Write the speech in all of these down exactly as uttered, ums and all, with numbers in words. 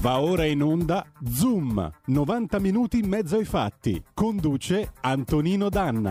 Va ora in onda Zoom, novanta minuti in mezzo ai fatti. Conduce Antonino Danna.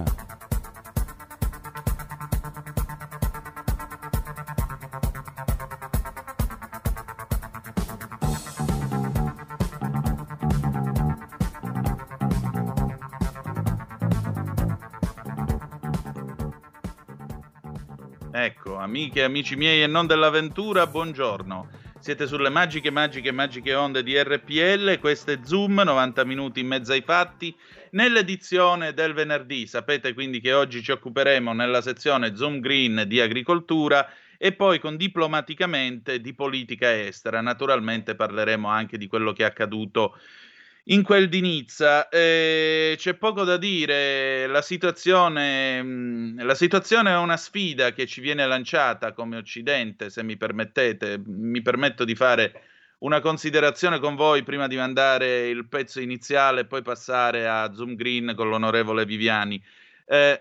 Ecco, amiche e amici miei e non dell'avventura, buongiorno. Siete sulle magiche, magiche, magiche onde di R P L, questo è Zoom, novanta minuti in mezzo ai fatti, nell'edizione del venerdì. Sapete quindi che oggi ci occuperemo nella sezione Zoom Green di agricoltura e poi con diplomaticamente di politica estera. Naturalmente parleremo anche di quello che è accaduto in quel di Nizza. Eh, c'è poco da dire, la situazione, mh, la situazione è una sfida che ci viene lanciata come Occidente, se mi permettete. Mi permetto di fare una considerazione con voi prima di mandare il pezzo iniziale e poi passare a Zoom Green con l'onorevole Viviani. Eh,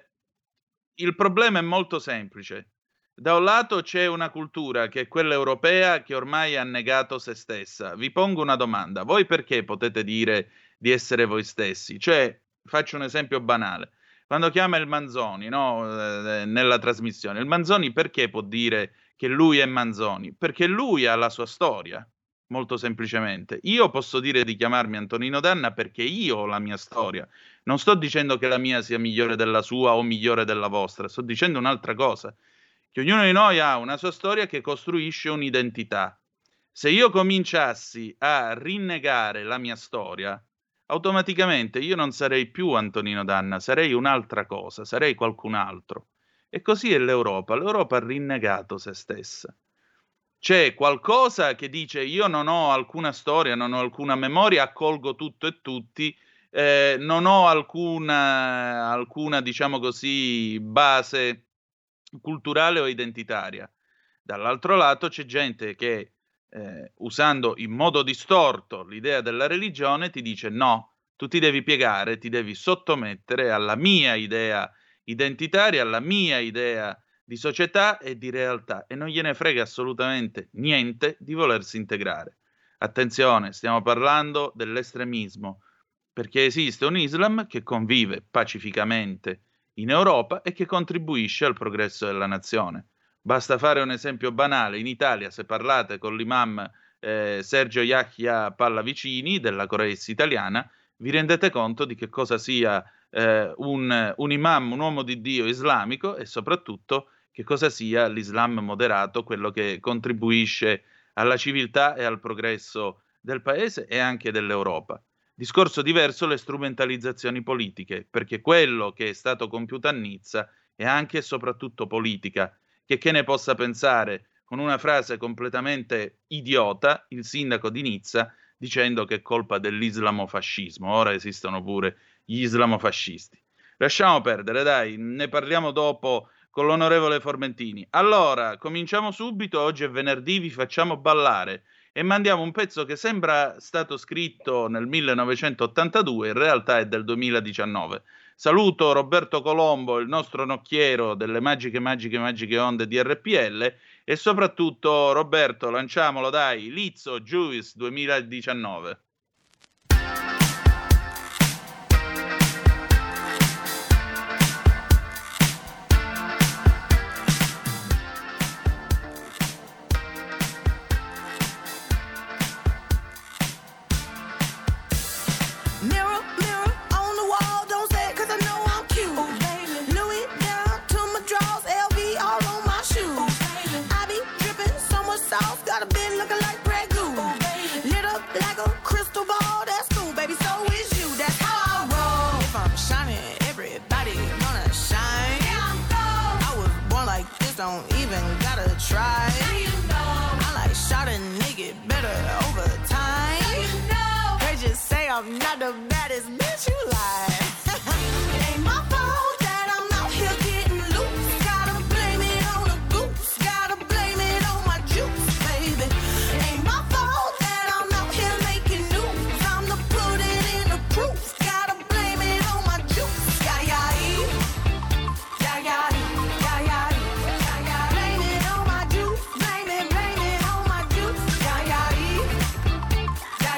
il problema è molto semplice. Da un lato c'è una cultura, che è quella europea, che ormai ha negato se stessa. Vi pongo una domanda: voi perché potete dire di essere voi stessi? Cioè, faccio un esempio banale. Quando chiama il Manzoni, no, eh, nella trasmissione, il Manzoni perché può dire che lui è Manzoni? Perché lui ha la sua storia, molto semplicemente. Io posso dire di chiamarmi Antonino Danna perché io ho la mia storia. Non sto dicendo che la mia sia migliore della sua o migliore della vostra, sto dicendo un'altra cosa. Che ognuno di noi ha una sua storia che costruisce un'identità. Se io cominciassi a rinnegare la mia storia, automaticamente io non sarei più Antonino Danna, sarei un'altra cosa, sarei qualcun altro. E così è l'Europa. L'Europa ha rinnegato se stessa. C'è qualcosa che dice: io non ho alcuna storia, non ho alcuna memoria, accolgo tutto e tutti, eh, non ho alcuna, alcuna, diciamo così, base culturale o identitaria. Dall'altro lato c'è gente che eh, usando in modo distorto l'idea della religione ti dice: no, tu ti devi piegare, ti devi sottomettere alla mia idea identitaria, alla mia idea di società e di realtà, e non gliene frega assolutamente niente di volersi integrare. Attenzione, stiamo parlando dell'estremismo, perché esiste un Islam che convive pacificamente in Europa e che contribuisce al progresso della nazione. Basta fare un esempio banale: in Italia, se parlate con l'imam eh, Sergio Yahya Pallavicini della Coreis italiana, vi rendete conto di che cosa sia eh, un, un imam, un uomo di Dio islamico, e soprattutto che cosa sia l'Islam moderato, quello che contribuisce alla civiltà e al progresso del paese e anche dell'Europa. Discorso diverso le strumentalizzazioni politiche, perché quello che è stato compiuto a Nizza è anche e soprattutto politica. Che che ne possa pensare, con una frase completamente idiota, il sindaco di Nizza dicendo che è colpa dell'islamofascismo. Ora esistono pure gli islamofascisti. Lasciamo perdere, dai, ne parliamo dopo con l'onorevole Formentini. Allora, cominciamo subito. Oggi è venerdì, vi facciamo ballare e mandiamo un pezzo che sembra stato scritto nel millenovecentottantadue, in realtà è del duemiladiciannove. Saluto Roberto Colombo, il nostro nocchiero delle magiche, magiche, magiche onde di R P L, e soprattutto Roberto, lanciamolo dai, Lizzo, Juice duemiladiciannove. Don't even gotta try. You know. I like shot a nigga better over time. You know. They just say I'm not the baddest bitch, you lie. It ain't my fault that I'm out here getting loose. Gotta blame it on the goose. Gotta blame it on my juice, baby. It ain't my fault that I'm out here making news. I'm the put it in the proof. Gotta blame it on my juice. Yeah, yeah, yeah, yeah, yeah. Blame it on my juice, blame it, blame it on my juice. Yeah, yeah,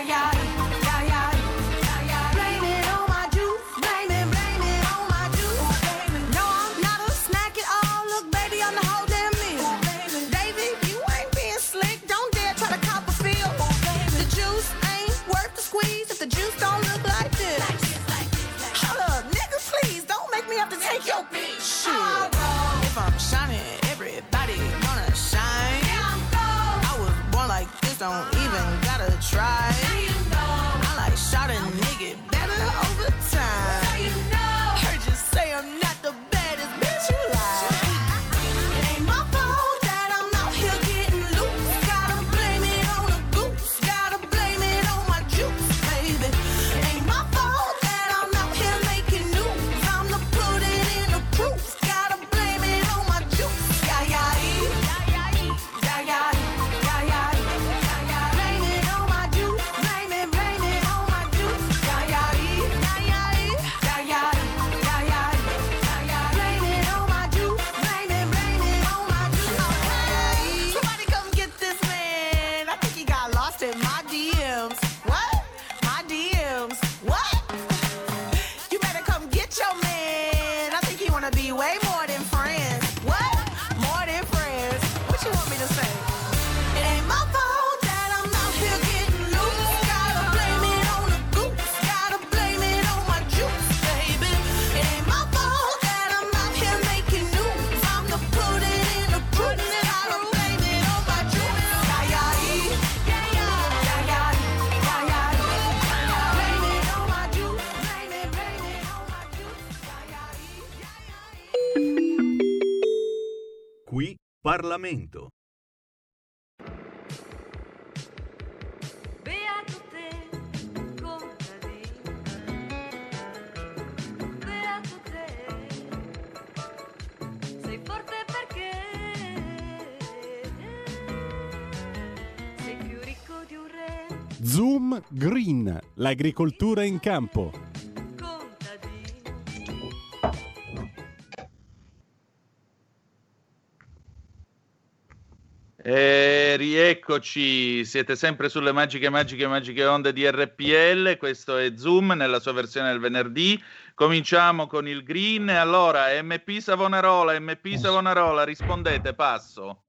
the juice don't look like this. Hold up, nigga, please don't make me have to take your bitch. Shit. If I'm shining, everybody gonna shine. I was born like this, don't even gotta try. I like shot a nigga better over time. Heard you say I'm not the baddest bitch you like. It ain't my fault that I'm out here getting loose. Gotta blame it on the goose. Gotta blame it on my juice, baby. It ain't my fault that I'm out here making news. I'm the put it in the proof. Gotta blame it on my juice. Yeah, yeah, yeah, yeah, yeah, yeah, yeah, yeah, yeah. Blame it on my juice. Blame it, blame it on my juice. Yeah, yeah, yeah, yeah, yeah, yeah, yeah, yeah, yeah. Blame it on my juice. Blame it, blame it on my juice. Okay. Somebody come get this man. I think he got lost in my D Ms. What? My D Ms. What? You better come get your man. I think he wanna be way more than friends. What? More than friends. What you want me to say? It ain't my fault that I'm out here getting loose. Gotta blame it on the goose. Gotta blame it on my juice, baby. It ain't my fault that I'm out here making news. I'm the put it in the proof. Gotta blame it on my juice. Yeah, yeah, yeah, yeah, yeah, yeah, yeah, yeah, yeah. Blame it on my juice. Blame it, blame it on my juice. Yeah, yeah, yeah, yeah. Qui Parlamento. Beato te, contadino, beato te, sei forte perché sei più ricco di un re, Zoom Green, l'agricoltura in campo. contadino. E rieccoci, siete sempre sulle magiche, magiche, magiche onde di R P L. Questo è Zoom nella sua versione del venerdì. Cominciamo con il green. Allora, M P Savonarola, M P Savonarola, rispondete, passo.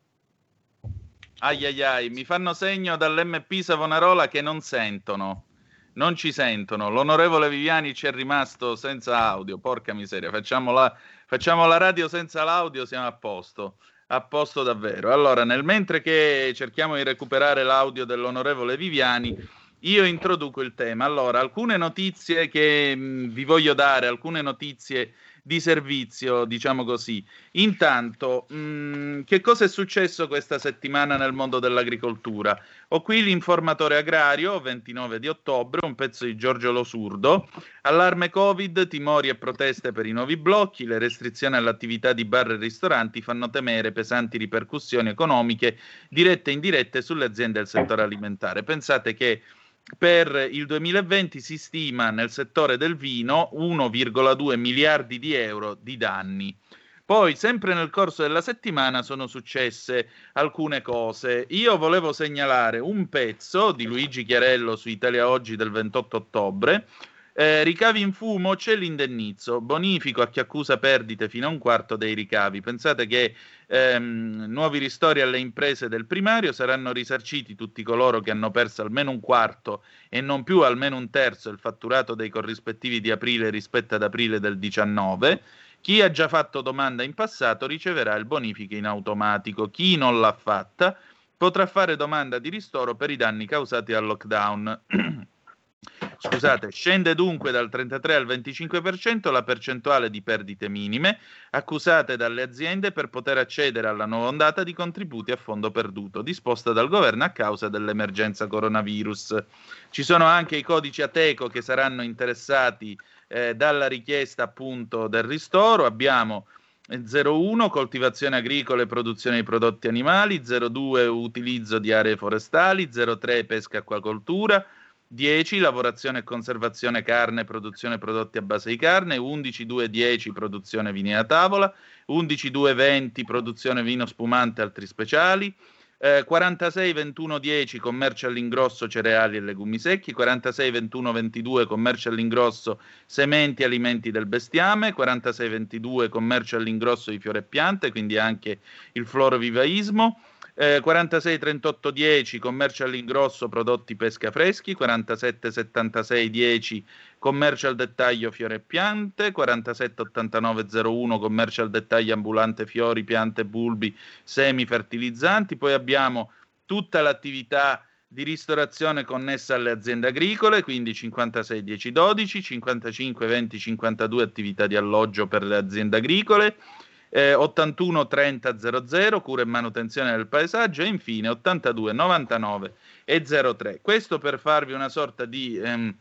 Ai ai ai, mi fanno segno dall'M P Savonarola che non sentono. Non ci sentono. L'onorevole Viviani ci è rimasto senza audio. Porca miseria, facciamo la, facciamo la radio senza l'audio, siamo a posto. A posto davvero. Allora, nel mentre che cerchiamo di recuperare l'audio dell'onorevole Viviani, io introduco il tema. Allora, alcune notizie che mh, vi voglio dare, alcune notizie di servizio, diciamo così. Intanto, mh, che cosa è successo questa settimana nel mondo dell'agricoltura? Ho qui l'informatore agrario, ventinove di ottobre, un pezzo di Giorgio Losurdo. Allarme Covid, timori e proteste per i nuovi blocchi, le restrizioni all'attività di bar e ristoranti fanno temere pesanti ripercussioni economiche dirette e indirette sulle aziende del settore alimentare. Pensate che per il duemilaventi si stima nel settore del vino uno virgola due miliardi di euro di danni. Poi, sempre nel corso della settimana, sono successe alcune cose. Io volevo segnalare un pezzo di Luigi Chiarello su Italia Oggi del ventotto ottobre. Eh, ricavi in fumo, c'è l'indennizzo, bonifico a chi accusa perdite fino a un quarto dei ricavi. Pensate che ehm, nuovi ristori alle imprese del primario, saranno risarciti tutti coloro che hanno perso almeno un quarto e non più almeno un terzo il fatturato dei corrispettivi di aprile rispetto ad aprile del diciannove. Chi ha già fatto domanda in passato riceverà il bonifico in automatico. Chi non l'ha fatta potrà fare domanda di ristoro per i danni causati dal lockdown. Scusate, scende dunque dal trentatré al venticinque per cento la percentuale di perdite minime accusate dalle aziende per poter accedere alla nuova ondata di contributi a fondo perduto disposta dal governo a causa dell'emergenza coronavirus. Ci sono anche i codici Ateco che saranno interessati eh, dalla richiesta appunto del ristoro. Abbiamo zero uno coltivazione agricola e produzione di prodotti animali, zero due utilizzo di aree forestali, zero tre pesca e acquacoltura, dieci lavorazione e conservazione carne, produzione prodotti a base di carne, undici due dieci produzione vini a tavola, undici due venti produzione vino spumante e altri speciali, eh, quarantasei ventuno dieci commercio all'ingrosso cereali e legumi secchi, quarantasei ventuno ventidue commercio all'ingrosso sementi e alimenti del bestiame, quarantasei ventidue commercio all'ingrosso di fiore e piante, quindi anche il florovivaismo, eh, quarantasei trentotto dieci commercio all'ingrosso prodotti pesca freschi, quarantasette settantasei dieci commercio al dettaglio fiore e piante, quarantasette ottantanove zero uno commercio al dettaglio ambulante fiori, piante, bulbi, semi, fertilizzanti. Poi abbiamo tutta l'attività di ristorazione connessa alle aziende agricole, quindi cinquantasei dieci dodici, cinquantacinque venti cinquantadue attività di alloggio per le aziende agricole, eh, ottantuno trenta zero zero cura e manutenzione del paesaggio e infine ottantadue novantanove e zero tre. Questo per farvi una sorta di ehm,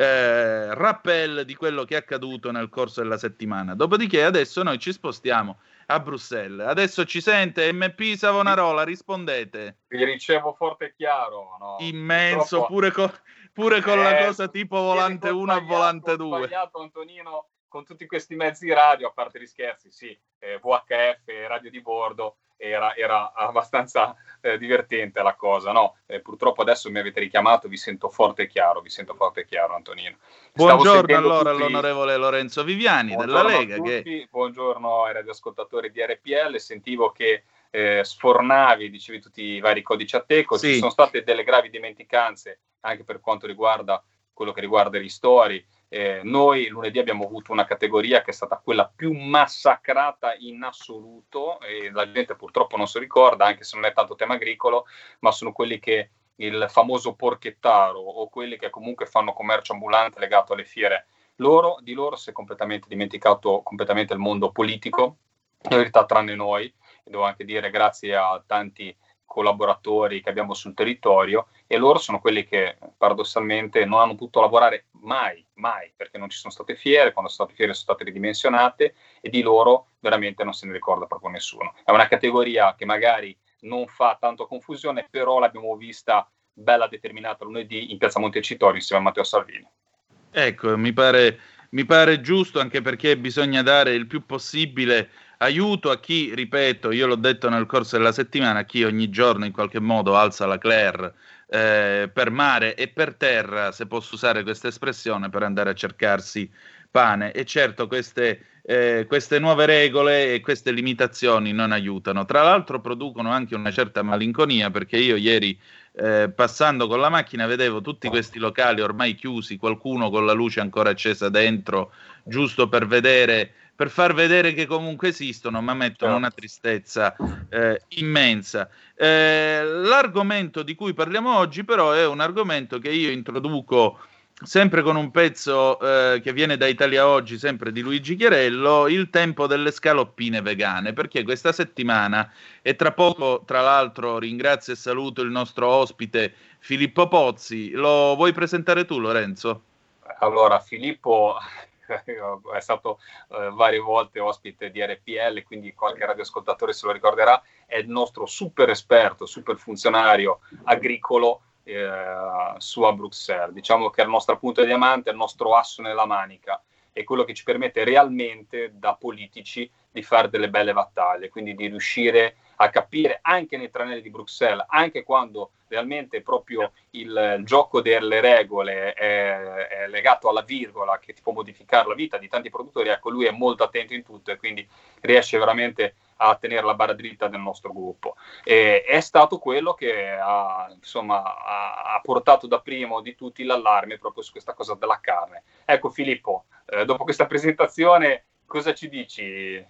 eh, rappel di quello che è accaduto nel corso della settimana. Dopodiché adesso noi ci spostiamo a Bruxelles. Adesso ci sente M P Savonarola, rispondete. Vi ricevo forte e chiaro. No? Immenso, Purtroppo... pure, co- pure con eh, la cosa tipo volante uno e volante due. Ho sbagliato, Antonino, con tutti questi mezzi radio, a parte gli scherzi, sì, eh, V H F, radio di bordo, era, era abbastanza eh, divertente la cosa, no? Eh, purtroppo adesso mi avete richiamato, vi sento forte e chiaro, vi sento forte e chiaro, Antonino. Buongiorno allora tutti... all'onorevole Lorenzo Viviani buongiorno della Lega. Che... Buongiorno ai radioascoltatori di R P L, sentivo che eh, sfornavi, dicevi tutti i vari codici Ateco, sì. Ci sono state delle gravi dimenticanze anche per quanto riguarda quello che riguarda i ristori. Eh, noi lunedì abbiamo avuto una categoria che è stata quella più massacrata in assoluto e la gente purtroppo non si ricorda, anche se non è tanto tema agricolo, ma sono quelli che il famoso porchettaro o quelli che comunque fanno commercio ambulante legato alle fiere. Loro, di loro si è completamente dimenticato completamente il mondo politico, in verità tranne noi, e devo anche dire grazie a tanti collaboratori che abbiamo sul territorio, e loro sono quelli che paradossalmente non hanno potuto lavorare mai, mai, perché non ci sono state fiere, quando sono state fiere sono state ridimensionate e di loro veramente non se ne ricorda proprio nessuno. È una categoria che magari non fa tanto confusione, però l'abbiamo vista bella determinata lunedì in Piazza Montecitorio insieme a Matteo Salvini. Ecco, mi pare, mi pare giusto, anche perché bisogna dare il più possibile aiuto a chi, ripeto, io l'ho detto nel corso della settimana, a chi ogni giorno in qualche modo alza la claire eh, per mare e per terra, se posso usare questa espressione, per andare a cercarsi pane. E certo queste, eh, queste nuove regole e queste limitazioni non aiutano. Tra l'altro producono anche una certa malinconia, perché io ieri eh, passando con la macchina vedevo tutti questi locali ormai chiusi, qualcuno con la luce ancora accesa dentro, giusto per vedere... per far vedere che comunque esistono, ma mettono una tristezza eh, immensa. Eh, l'argomento di cui parliamo oggi però è un argomento che io introduco sempre con un pezzo eh, che viene da Italia Oggi, sempre di Luigi Chiarello, il tempo delle scaloppine vegane, perché questa settimana, e tra poco tra l'altro ringrazio e saluto il nostro ospite Filippo Pozzi, lo vuoi presentare tu, Lorenzo? Allora, Filippo... è stato eh, varie volte ospite di R P L, quindi qualche radioascoltatore se lo ricorderà, è il nostro super esperto, super funzionario agricolo eh, su a Bruxelles. Diciamo che è il nostro punto di diamante, è il nostro asso nella manica, è quello che ci permette realmente da politici di fare delle belle battaglie, quindi di riuscire a capire anche nei tranelli di Bruxelles, anche quando realmente proprio il gioco delle regole è, è legato alla virgola che ti può modificare la vita di tanti produttori. Ecco, lui è molto attento in tutto e quindi riesce veramente a tenere la barra dritta del nostro gruppo. E è stato quello che ha, insomma, ha, ha portato da primo di tutti l'allarme proprio su questa cosa della carne. Ecco Filippo, eh, dopo questa presentazione cosa ci dici?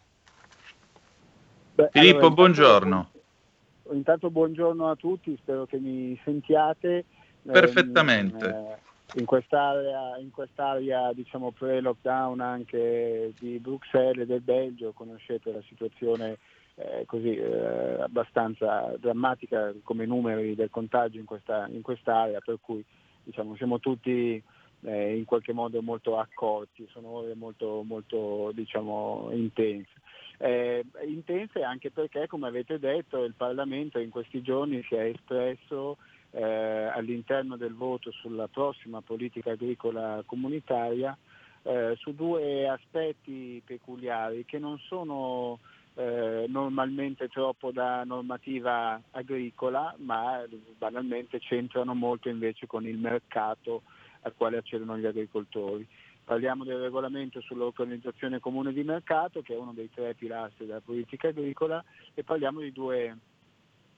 Beh, Filippo, allora, buongiorno. Intanto, intanto buongiorno a tutti, spero che mi sentiate. Perfettamente. Eh, in quest'area, in quest'area diciamo pre-lockdown anche di Bruxelles e del Belgio, conoscete la situazione eh, così eh, abbastanza drammatica come numeri del contagio in, questa, in quest'area, per cui diciamo siamo tutti eh, in qualche modo molto accorti, sono ore molto, molto diciamo intense. Eh, intense anche perché, come avete detto, il Parlamento in questi giorni si è espresso eh, all'interno del voto sulla prossima politica agricola comunitaria eh, su due aspetti peculiari che non sono eh, normalmente troppo da normativa agricola, ma banalmente c'entrano molto invece con il mercato al quale accedono gli agricoltori. Parliamo del regolamento sull'organizzazione comune di mercato, che è uno dei tre pilastri della politica agricola, e parliamo di due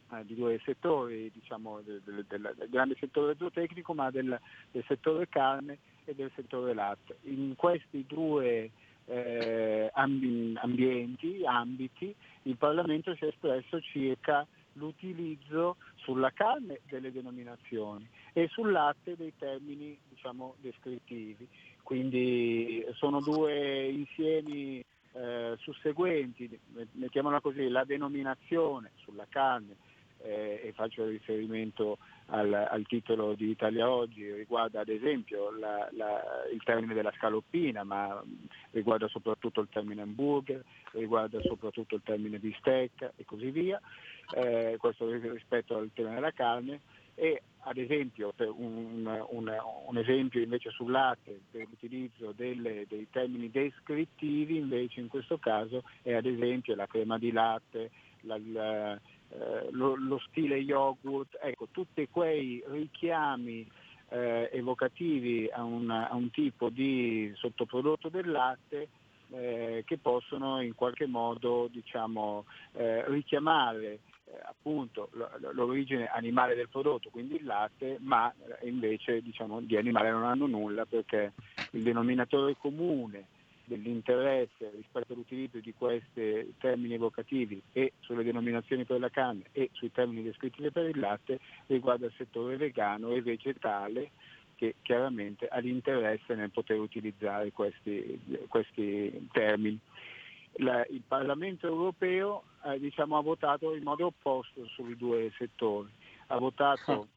eh, di due settori, diciamo del, del, del, del grande settore zootecnico, ma del, del settore carne e del settore latte. In questi due eh, ambi- ambienti, ambiti, il Parlamento si è espresso circa l'utilizzo sulla carne delle denominazioni e sul latte dei termini, diciamo, descrittivi. Quindi sono due insiemi eh, susseguenti, mettiamola così, la denominazione sulla carne, eh, e faccio riferimento al, al titolo di Italia Oggi, riguarda ad esempio la, la, il termine della scaloppina, ma riguarda soprattutto il termine hamburger, riguarda soprattutto il termine bistecca e così via, eh, questo rispetto al tema della carne. E ad esempio per un, un, un esempio invece sul latte, per l'utilizzo delle, dei termini descrittivi, invece in questo caso è ad esempio la crema di latte, la, la, eh, lo, lo stile yogurt, ecco, tutti quei richiami eh, evocativi a un, a un tipo di sottoprodotto del latte eh, che possono in qualche modo, diciamo, eh, richiamare Eh, appunto l'origine animale del prodotto, quindi il latte, ma eh, invece, diciamo, di animale non hanno nulla, perché il denominatore comune dell'interesse rispetto all'utilizzo di questi termini evocativi e sulle denominazioni per la carne e sui termini descrittivi per il latte riguarda il settore vegano e vegetale, che chiaramente ha l'interesse nel poter utilizzare questi, questi termini. La, il Parlamento europeo eh, diciamo, ha votato in modo opposto sui due settori, ha votato,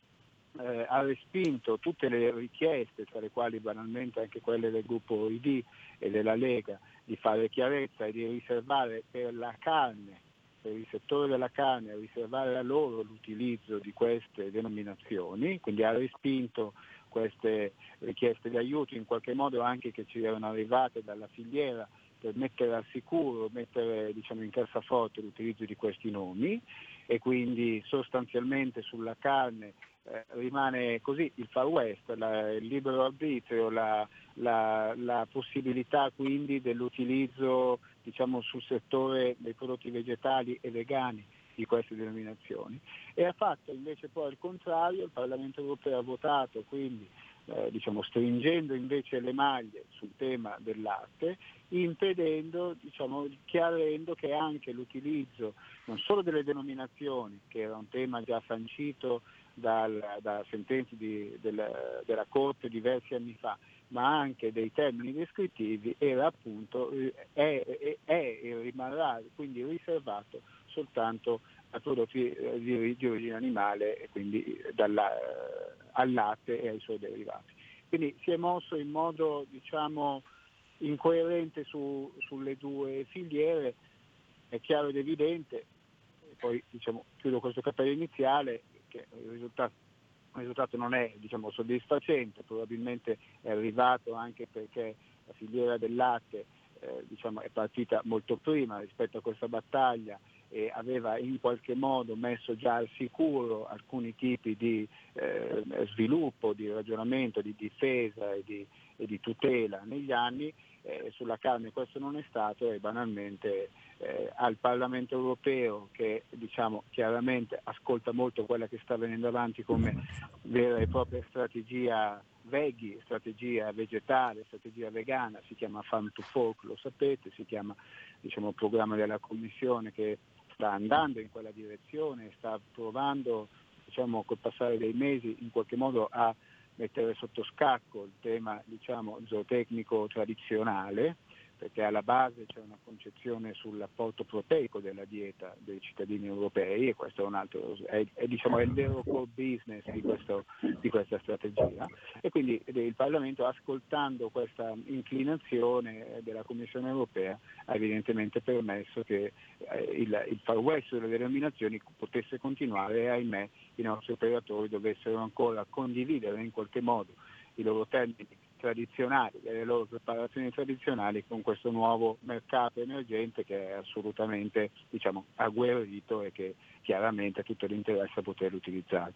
eh, ha respinto tutte le richieste, tra le quali banalmente anche quelle del gruppo I D e della Lega, di fare chiarezza e di riservare per la carne, per il settore della carne, riservare a loro l'utilizzo di queste denominazioni, quindi ha respinto queste richieste di aiuto, in qualche modo anche che ci erano arrivate dalla filiera, per mettere al sicuro, mettere, diciamo, in cassaforte l'utilizzo di questi nomi, e quindi sostanzialmente sulla carne eh, rimane così il Far West, la, il libero arbitrio, la, la, la possibilità quindi dell'utilizzo, diciamo, sul settore dei prodotti vegetali e vegani di queste denominazioni. E ha fatto invece poi il contrario, il Parlamento europeo ha votato quindi Eh, diciamo, stringendo invece le maglie sul tema del latte, impedendo, diciamo, chiarendo che anche l'utilizzo non solo delle denominazioni, che era un tema già sancito dal, da sentenze di, del, della Corte diversi anni fa, ma anche dei termini descrittivi, era appunto, è, è, è e rimarrà quindi riservato soltanto a prodotti eh, di, di origine animale, e quindi dalla, eh, al latte e ai suoi derivati. Quindi si è mosso in modo, diciamo, incoerente su, sulle due filiere, è chiaro ed evidente, e poi, diciamo, chiudo questo cappello iniziale, che il risultato, il risultato non è, diciamo, soddisfacente, probabilmente è arrivato anche perché la filiera del latte eh, diciamo, è partita molto prima rispetto a questa battaglia e aveva in qualche modo messo già al sicuro alcuni tipi di eh, sviluppo, di ragionamento, di difesa e di, e di tutela negli anni. Eh, sulla carne questo non è stato, e banalmente eh, al Parlamento europeo, che, diciamo, chiaramente ascolta molto quella che sta venendo avanti come vera e propria strategia veggie, strategia vegetale, strategia vegana, si chiama Farm to Fork, lo sapete, si chiama, diciamo, programma della Commissione che sta andando in quella direzione, sta provando, diciamo, col passare dei mesi in qualche modo a mettere sotto scacco il tema, diciamo, zootecnico tradizionale, perché alla base c'è una concezione sull'apporto proteico della dieta dei cittadini europei, e questo è un altro, è, è, diciamo, è il vero core business di, questo, di questa strategia. E quindi il Parlamento, ascoltando questa inclinazione della Commissione europea, ha evidentemente permesso che eh, il, il far west delle denominazioni potesse continuare, e ahimè i nostri operatori dovessero ancora condividere in qualche modo i loro termini tradizionali e le loro preparazioni tradizionali con questo nuovo mercato emergente, che è assolutamente, diciamo, agguerrito e che chiaramente ha tutto l'interesse a poterlo utilizzare.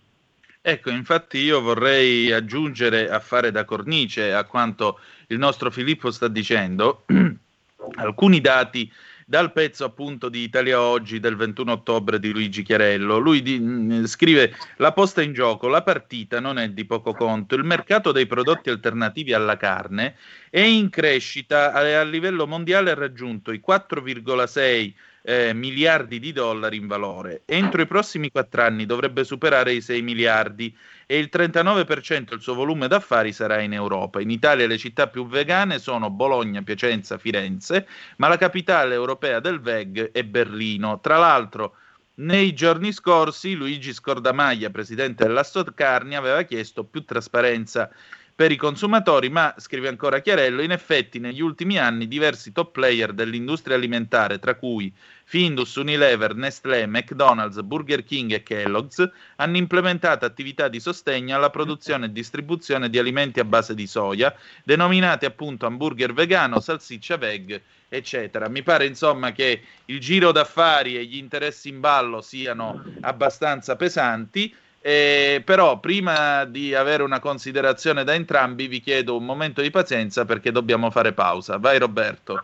Ecco, infatti io vorrei aggiungere, a fare da cornice a quanto il nostro Filippo sta dicendo, alcuni dati dal pezzo appunto di Italia Oggi del ventuno ottobre di Luigi Chiarello. Lui di, mh, scrive: la posta in gioco, la partita non è di poco conto, il mercato dei prodotti alternativi alla carne è in crescita, a, a livello mondiale ha raggiunto i quattro virgola sei eh, miliardi di dollari in valore, entro i prossimi quattro anni dovrebbe superare i sei miliardi e il trentanove per cento del suo volume d'affari sarà in Europa. In Italia le città più vegane sono Bologna, Piacenza, Firenze, ma la capitale europea del veg è Berlino. Tra l'altro, nei giorni scorsi Luigi Scordamaglia, presidente dell'Astoccarni, aveva chiesto più trasparenza per i consumatori, ma, scrive ancora Chiarello, in effetti negli ultimi anni diversi top player dell'industria alimentare, tra cui Findus, Unilever, Nestlé, McDonald's, Burger King e Kellogg's, hanno implementato attività di sostegno alla produzione e distribuzione di alimenti a base di soia, denominati appunto hamburger vegano, salsiccia veg, eccetera. Mi pare insomma che il giro d'affari e gli interessi in ballo siano abbastanza pesanti. Eh, però prima di avere una considerazione da entrambi vi chiedo un momento di pazienza perché dobbiamo fare pausa. Vai Roberto.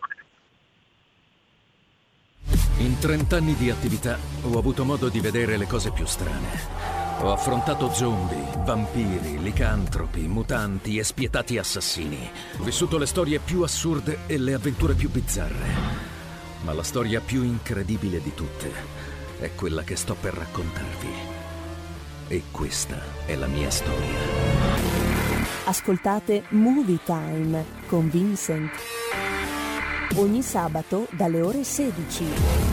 In trent'anni di attività ho avuto modo di vedere le cose più strane. Ho affrontato zombie, vampiri, licantropi, mutanti e spietati assassini. Ho vissuto le storie più assurde e le avventure più bizzarre. Ma la storia più incredibile di tutte è quella che sto per raccontarvi. E questa è la mia storia. Ascoltate Movie Time con Vincent. Ogni sabato dalle ore sedici.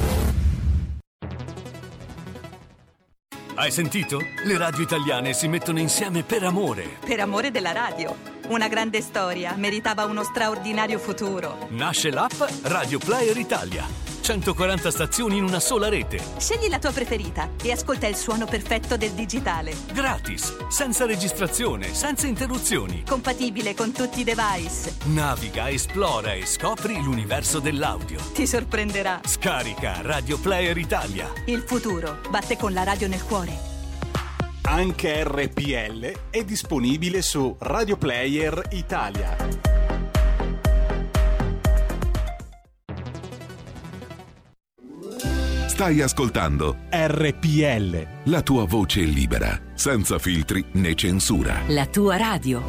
Hai sentito? Le radio italiane si mettono insieme per amore. Per amore della radio. Una grande storia meritava uno straordinario futuro. Nasce l'app Radio Player Italia. centoquaranta stazioni in una sola rete. Scegli la tua preferita e ascolta il suono perfetto del digitale. Gratis, senza registrazione, senza interruzioni. Compatibile con tutti i device. Naviga, esplora e scopri l'universo dell'audio. Ti sorprenderà. Scarica Radio Player Italia. Il futuro batte con la radio nel cuore. Anche R P L è disponibile su Radio Player Italia. Stai ascoltando R P L, la tua voce libera, senza filtri né censura. La tua radio.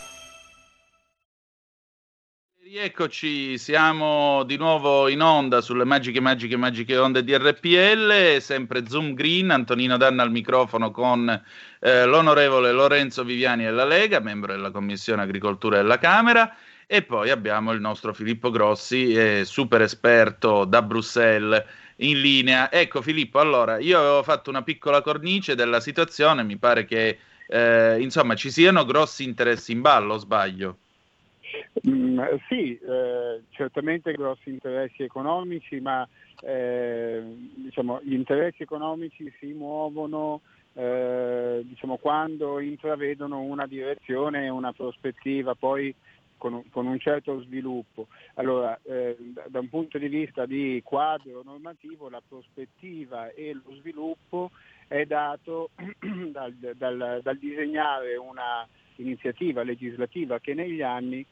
Rieccoci, siamo di nuovo in onda sulle magiche, magiche, magiche onde di R P L, sempre Zoom Green, Antonino Danna al microfono con eh, l'onorevole Lorenzo Viviani della Lega, membro della Commissione Agricoltura della Camera, e poi abbiamo il nostro Filippo Grossi, eh, super esperto da Bruxelles, in linea. Ecco Filippo, allora io avevo fatto una piccola cornice della situazione, mi pare che eh, insomma ci siano grossi interessi in ballo, o sbaglio? Mm, sì, eh, certamente grossi interessi economici, ma eh, diciamo, gli interessi economici si muovono eh, diciamo, quando intravedono una direzione e una prospettiva poi Con un, con un certo sviluppo. Allora, eh, da un punto di vista di quadro normativo, la prospettiva e lo sviluppo è dato dal, dal, dal disegnare una iniziativa legislativa che negli anni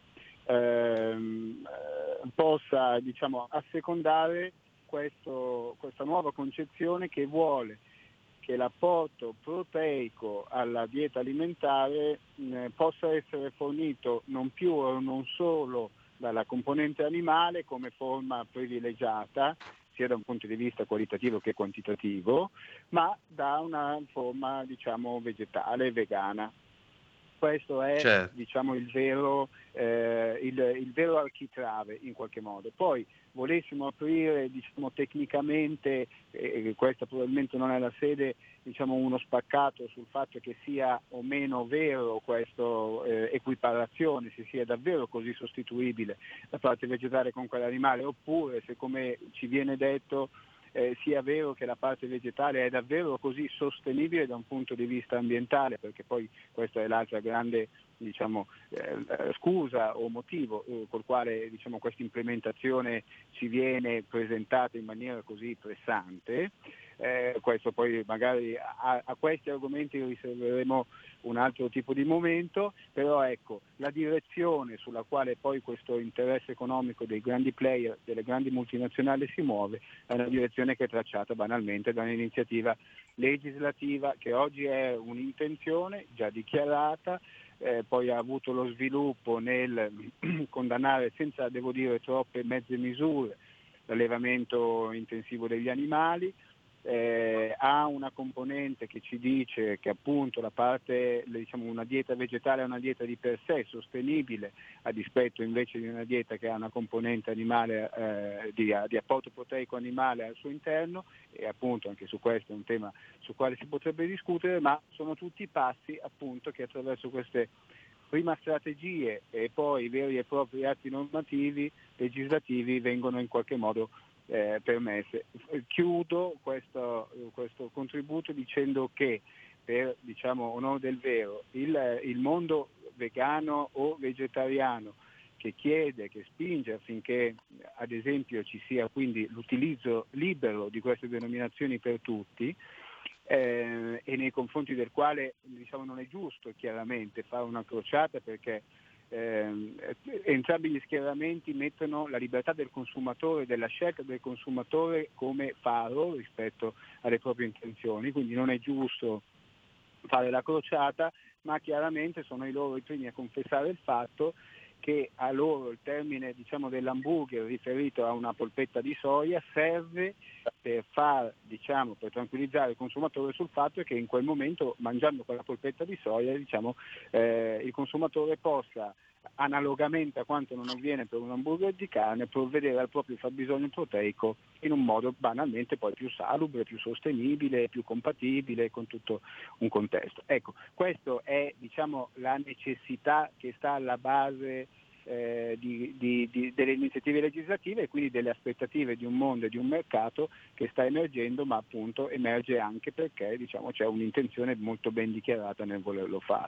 ehm, possa, diciamo, assecondare questo, questa nuova concezione che vuole che l'apporto proteico alla dieta alimentare eh, possa essere fornito non più o non solo dalla componente animale come forma privilegiata, sia da un punto di vista qualitativo che quantitativo, ma da una forma, diciamo, vegetale, vegana. Questo è, certo, diciamo, il vero, eh, il, il vero architrave in qualche modo. Poi volessimo aprire, diciamo, tecnicamente, eh, questa probabilmente non è la sede, diciamo, uno spaccato sul fatto che sia o meno vero questa eh, equiparazione, se sia davvero così sostituibile la parte vegetale con quella animale, oppure se, come ci viene detto, Eh, sia vero che la parte vegetale è davvero così sostenibile da un punto di vista ambientale, perché poi questa è l'altra grande, diciamo, eh, scusa o motivo eh, col quale, diciamo, questa implementazione ci viene presentata in maniera così pressante. Eh, questo poi magari a, a questi argomenti riserveremo un altro tipo di momento, però ecco, la direzione sulla quale poi questo interesse economico dei grandi player, delle grandi multinazionali si muove, è una direzione che è tracciata banalmente da un'iniziativa legislativa che oggi è un'intenzione già dichiarata, eh, poi ha avuto lo sviluppo nel condannare senza, devo dire, troppe mezze misure l'allevamento intensivo degli animali. Eh, ha una componente che ci dice che appunto la parte, diciamo, una dieta vegetale è una dieta di per sé sostenibile, a dispetto invece di una dieta che ha una componente animale eh, di, di apporto proteico animale al suo interno, e appunto anche su questo è un tema su quale si potrebbe discutere, ma sono tutti passi appunto che attraverso queste prima strategie e poi veri e propri atti normativi legislativi vengono in qualche modo Eh, permesse. Chiudo questo, questo contributo dicendo che per, diciamo, onore del vero, il, il mondo vegano o vegetariano che chiede, che spinge affinché ad esempio ci sia quindi l'utilizzo libero di queste denominazioni per tutti, eh, e nei confronti del quale, diciamo, non è giusto chiaramente fare una crociata, perché Eh, entrambi gli schieramenti mettono la libertà del consumatore, della scelta del consumatore come faro rispetto alle proprie intenzioni, quindi non è giusto fare la crociata, ma chiaramente sono i loro i primi a confessare il fatto che a loro il termine, diciamo, dell'hamburger riferito a una polpetta di soia serve per far, diciamo, per tranquillizzare il consumatore sul fatto che in quel momento, mangiando quella polpetta di soia, diciamo, eh, il consumatore possa, analogamente a quanto non avviene per un hamburger di carne, provvedere al proprio fabbisogno proteico in un modo banalmente poi più salubre, più sostenibile, più compatibile con tutto un contesto. Ecco, questo è, diciamo, la necessità che sta alla base eh, di, di, di, delle iniziative legislative e quindi delle aspettative di un mondo e di un mercato che sta emergendo, ma appunto emerge anche perché, diciamo, c'è un'intenzione molto ben dichiarata nel volerlo fare.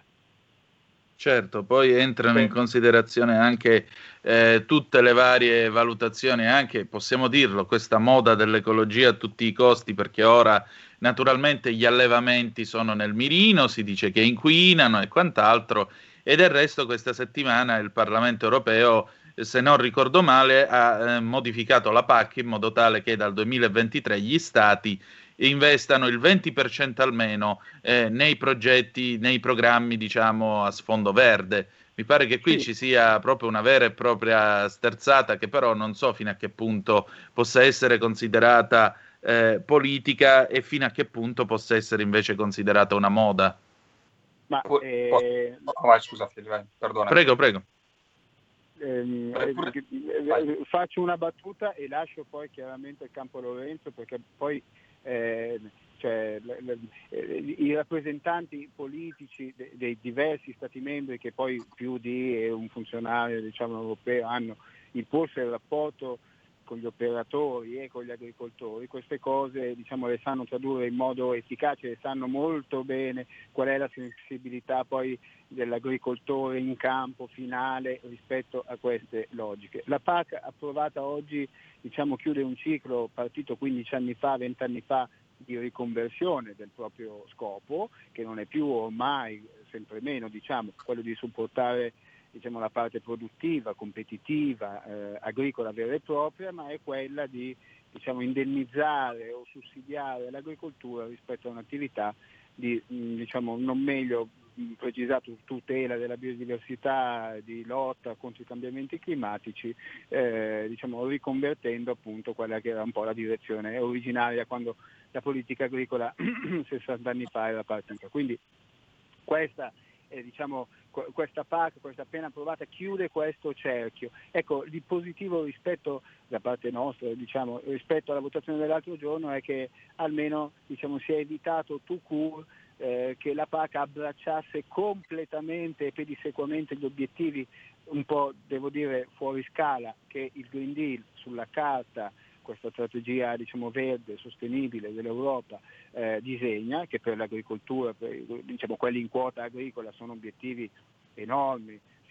Certo, poi entrano in considerazione anche eh, tutte le varie valutazioni, anche, possiamo dirlo, questa moda dell'ecologia a tutti i costi, perché ora naturalmente gli allevamenti sono nel mirino, si dice che inquinano e quant'altro, e del resto questa settimana il Parlamento europeo, se non ricordo male, ha eh, modificato la P A C in modo tale che dal duemilaventitré gli stati investano il venti per cento almeno eh, nei progetti, nei programmi, diciamo, a sfondo verde. Mi pare che qui sì. ci sia proprio una vera e propria sterzata, che però non so fino a che punto possa essere considerata eh, politica e fino a che punto possa essere invece considerata una moda. Ma eh... oh, vai, scusa, vai, perdona. Prego, prego. Eh, eh, faccio una battuta e lascio poi chiaramente il campo a Lorenzo, perché poi Eh, cioè, le, le, i rappresentanti politici de, dei diversi stati membri, che poi più di un funzionario, diciamo, europeo, hanno il porsi il rapporto con gli operatori e con gli agricoltori, queste cose, diciamo, le sanno tradurre in modo efficace, le sanno molto bene qual è la sensibilità poi dell'agricoltore in campo finale rispetto a queste logiche. La P A C approvata oggi, diciamo, chiude un ciclo partito quindici anni fa, venti anni fa, di riconversione del proprio scopo, che non è più ormai, sempre meno, diciamo, quello di supportare, diciamo, la parte produttiva, competitiva, eh, agricola vera e propria, ma è quella di, diciamo, indennizzare o sussidiare l'agricoltura rispetto a un'attività di, diciamo, non meglio precisato, tutela della biodiversità, di lotta contro i cambiamenti climatici, eh, diciamo, riconvertendo appunto quella che era un po' la direzione originaria quando la politica agricola sessanta anni fa era partita. Quindi questa eh, diciamo, questa P A C, questa appena approvata, chiude questo cerchio. Ecco, il positivo rispetto, da parte nostra, diciamo, rispetto alla votazione dell'altro giorno, è che almeno, diciamo, si è evitato tout court eh, che la P A C abbracciasse completamente e pedissequamente gli obiettivi un po', devo dire, fuori scala che il Green Deal sulla carta, questa strategia, diciamo, verde, sostenibile dell'Europa eh, disegna, che per l'agricoltura, per, diciamo, quelli in quota agricola sono obiettivi enormi,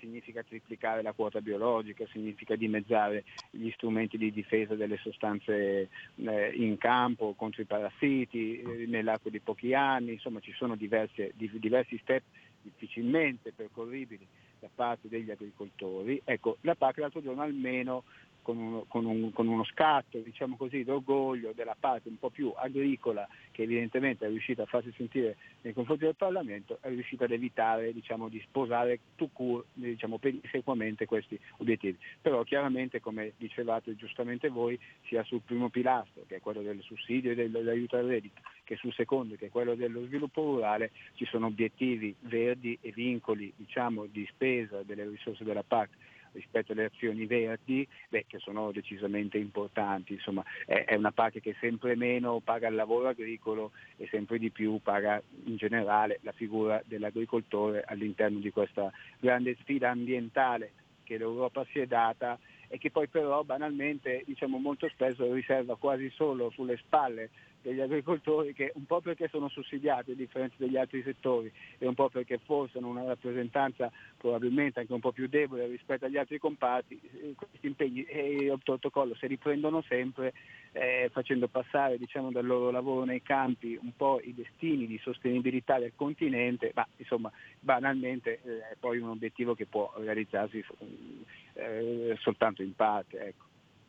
significa triplicare la quota biologica, significa dimezzare gli strumenti di difesa delle sostanze eh, in campo contro i parassiti eh, nell'arco di pochi anni. Insomma, ci sono diverse, di, diversi step difficilmente percorribili da parte degli agricoltori. Ecco, la P A C l'altro giorno almeno con uno, con, un, con uno scatto, diciamo così, d'orgoglio della parte un po' più agricola, che evidentemente è riuscita a farsi sentire nei confronti del Parlamento, è riuscita ad evitare, diciamo, di sposare tout court, diciamo, pedissequamente questi obiettivi. Però chiaramente, come dicevate giustamente voi, sia sul primo pilastro, che è quello del sussidio e dell'aiuto al reddito, che sul secondo, che è quello dello sviluppo rurale, ci sono obiettivi verdi e vincoli, diciamo, di spesa delle risorse della P A C rispetto alle azioni verdi, beh, che sono decisamente importanti. Insomma, è, è una P A C che sempre meno paga il lavoro agricolo e sempre di più paga in generale la figura dell'agricoltore all'interno di questa grande sfida ambientale che l'Europa si è data e che poi però banalmente, diciamo, molto spesso riserva quasi solo sulle spalle degli agricoltori, che un po' perché sono sussidiati a differenza degli altri settori e un po' perché forse hanno una rappresentanza probabilmente anche un po' più debole rispetto agli altri comparti, questi impegni e il protocollo se li prendono sempre eh, facendo passare, diciamo, dal loro lavoro nei campi un po' i destini di sostenibilità del continente, ma insomma banalmente eh, è poi un obiettivo che può realizzarsi eh, soltanto in parte, ecco.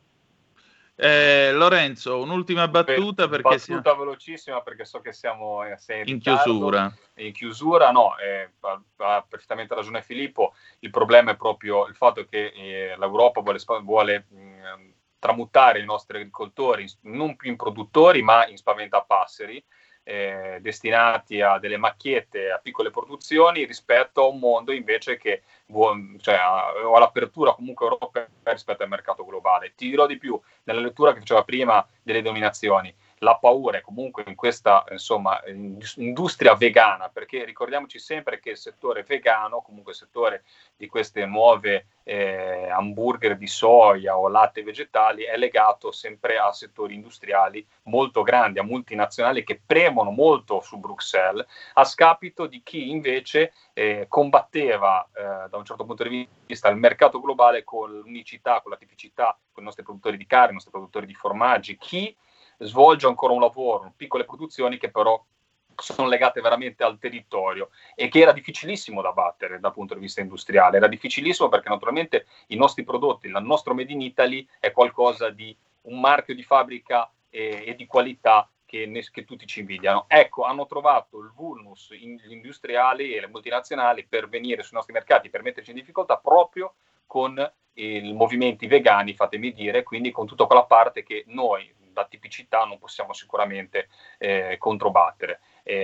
Eh, Lorenzo, un'ultima battuta perché battuta siamo... velocissima perché so che siamo eh, in, in chiusura. In chiusura, no, eh, ha, ha perfettamente ragione Filippo. Il problema è proprio il fatto che eh, l'Europa vuole, vuole mh, tramutare i nostri agricoltori non più in produttori ma in spaventapasseri, eh, destinati a delle macchiette, a piccole produzioni, rispetto a un mondo invece che vuole, cioè, o all'apertura comunque europea rispetto al mercato globale. Ti dirò di più, nella lettura che faceva prima delle denominazioni, la paura è comunque in questa, insomma, industria vegana, perché ricordiamoci sempre che il settore vegano, comunque il settore di queste nuove eh, hamburger di soia o latte vegetali, è legato sempre a settori industriali molto grandi, a multinazionali che premono molto su Bruxelles, a scapito di chi invece eh, combatteva eh, da un certo punto di vista il mercato globale con l'unicità, con la tipicità, con i nostri produttori di carne, i nostri produttori di formaggi, chi svolge ancora un lavoro, piccole produzioni che però sono legate veramente al territorio e che era difficilissimo da battere dal punto di vista industriale. Era difficilissimo perché naturalmente i nostri prodotti, il nostro Made in Italy è qualcosa di un marchio di fabbrica e, e di qualità che, ne, che tutti ci invidiano. Ecco, hanno trovato il vulnus in, gli industriali e le multinazionali per venire sui nostri mercati, per metterci in difficoltà proprio con i movimenti vegani, fatemi dire, quindi con tutta quella parte che noi da tipicità non possiamo sicuramente eh, controbattere.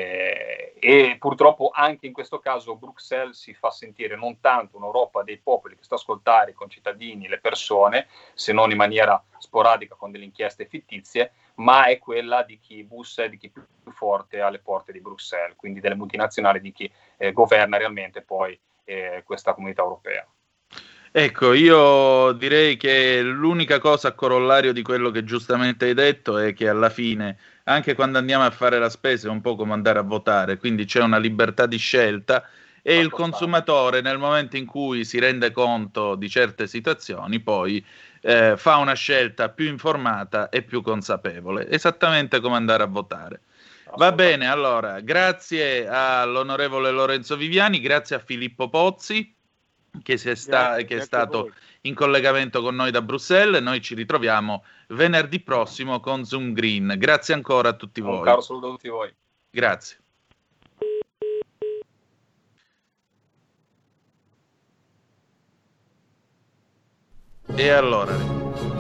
Eh, e purtroppo anche in questo caso Bruxelles si fa sentire non tanto un'Europa dei popoli che sta a ascoltare i concittadini, le persone, se non in maniera sporadica con delle inchieste fittizie, ma è quella di chi bussa e di chi più forte alle porte di Bruxelles, quindi delle multinazionali, di chi eh, governa realmente poi eh, questa comunità europea. Ecco, io direi che l'unica cosa a corollario di quello che giustamente hai detto è che alla fine, anche quando andiamo a fare la spesa, è un po' come andare a votare, quindi c'è una libertà di scelta e il consumatore, nel momento in cui si rende conto di certe situazioni, poi eh, fa una scelta più informata e più consapevole, esattamente come andare a votare. Va bene, allora, grazie all'onorevole Lorenzo Viviani, grazie a Filippo Pozzi, che, si è, sta- grazie, che è stato in collegamento con noi da Bruxelles. Noi ci ritroviamo venerdì prossimo con Zoom Green. Grazie ancora a tutti voi. Un caro saluto a tutti voi. Grazie. E allora...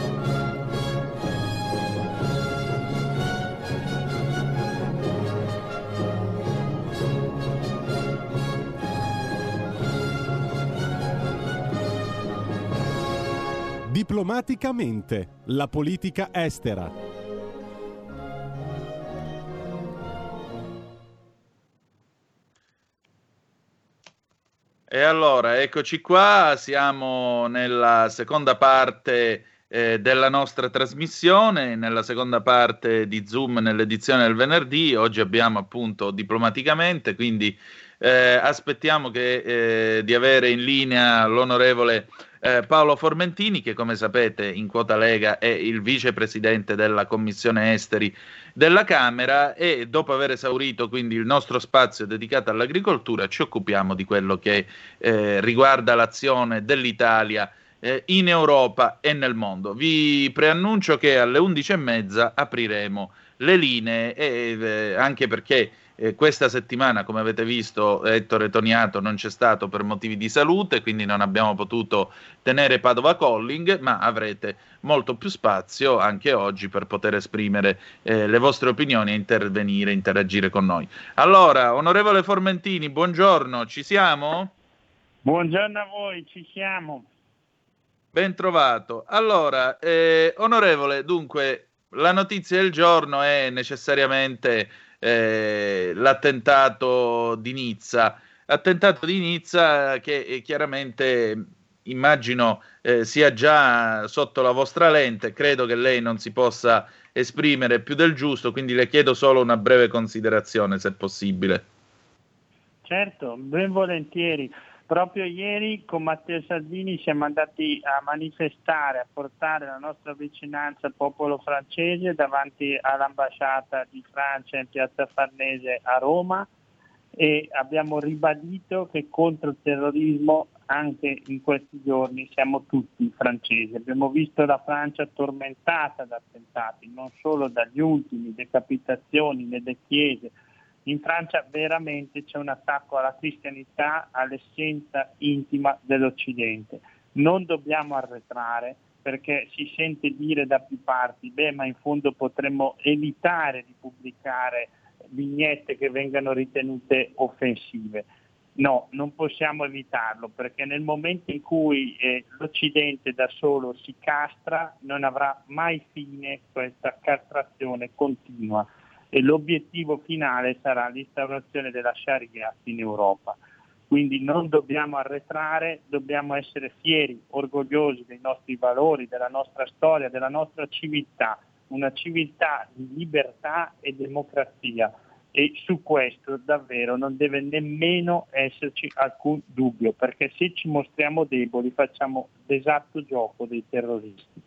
Diplomaticamente, la politica estera. E allora, eccoci qua, siamo nella seconda parte eh, della nostra trasmissione, nella seconda parte di Zoom nell'edizione del venerdì. Oggi abbiamo appunto Diplomaticamente, quindi Eh, aspettiamo che, eh, di avere in linea l'onorevole eh, Paolo Formentini, che come sapete in quota Lega è il vicepresidente della Commissione Esteri della Camera, e dopo aver esaurito quindi il nostro spazio dedicato all'agricoltura ci occupiamo di quello che eh, riguarda l'azione dell'Italia eh, in Europa e nel mondo. Vi preannuncio che alle undici e mezza apriremo le linee, e eh, anche perché eh, questa settimana, come avete visto, Ettore Toniato non c'è stato per motivi di salute, quindi non abbiamo potuto tenere Padova Calling, ma avrete molto più spazio anche oggi per poter esprimere eh, le vostre opinioni e intervenire, interagire con noi. Allora, onorevole Formentini, buongiorno, ci siamo? Buongiorno a voi, ci siamo. Ben trovato. Allora, eh, onorevole, dunque, la notizia del giorno è necessariamente eh, l'attentato di Nizza. Attentato di Nizza che eh, chiaramente immagino eh, sia già sotto la vostra lente. Credo che lei non si possa esprimere più del giusto, quindi le chiedo solo una breve considerazione, se possibile. Certo, ben volentieri. Proprio ieri con Matteo Salvini siamo andati a manifestare, a portare la nostra vicinanza al popolo francese davanti all'ambasciata di Francia in piazza Farnese a Roma, e abbiamo ribadito che contro il terrorismo anche in questi giorni siamo tutti francesi. Abbiamo visto la Francia tormentata da attentati, non solo dagli ultimi, decapitazioni nelle chiese. In Francia veramente c'è un attacco alla cristianità, all'essenza intima dell'Occidente. Non dobbiamo arretrare, perché si sente dire da più parti, beh, ma in fondo potremmo evitare di pubblicare vignette che vengano ritenute offensive. No, non possiamo evitarlo, perché nel momento in cui eh, l'Occidente da solo si castra, non avrà mai fine questa castrazione continua. E l'obiettivo finale sarà l'instaurazione della Sharia in Europa. Quindi non dobbiamo arretrare, dobbiamo essere fieri, orgogliosi dei nostri valori, della nostra storia, della nostra civiltà, una civiltà di libertà e democrazia, e su questo davvero non deve nemmeno esserci alcun dubbio, perché se ci mostriamo deboli facciamo l'esatto gioco dei terroristi.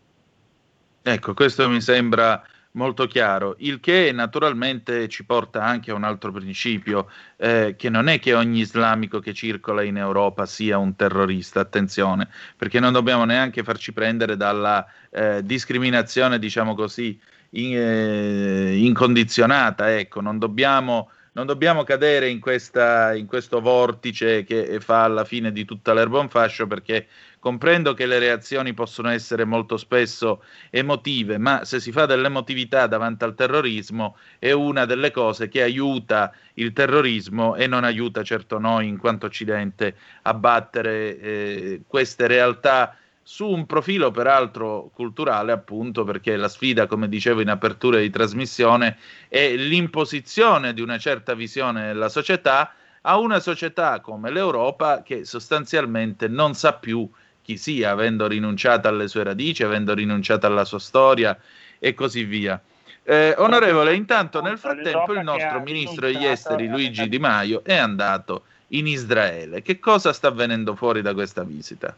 Ecco, questo mi sembra molto chiaro, il che naturalmente ci porta anche a un altro principio, eh, che non è che ogni islamico che circola in Europa sia un terrorista, attenzione, perché non dobbiamo neanche farci prendere dalla eh, discriminazione, diciamo così, in, eh, incondizionata, ecco, non dobbiamo, non dobbiamo cadere in, questa, in questo vortice che fa alla fine di tutta l'erba un fascio, perché comprendo che le reazioni possono essere molto spesso emotive, ma se si fa dell'emotività davanti al terrorismo è una delle cose che aiuta il terrorismo e non aiuta certo noi in quanto Occidente a battere eh, queste realtà su un profilo peraltro culturale, appunto perché la sfida, come dicevo in apertura di trasmissione, è l'imposizione di una certa visione della società a una società come l'Europa che sostanzialmente non sa più chi sia, avendo rinunciato alle sue radici, avendo rinunciato alla sua storia e così via. Eh, onorevole, intanto nel frattempo il nostro ministro degli esteri Luigi Di Maio è andato in Israele. Che cosa sta venendo fuori da questa visita?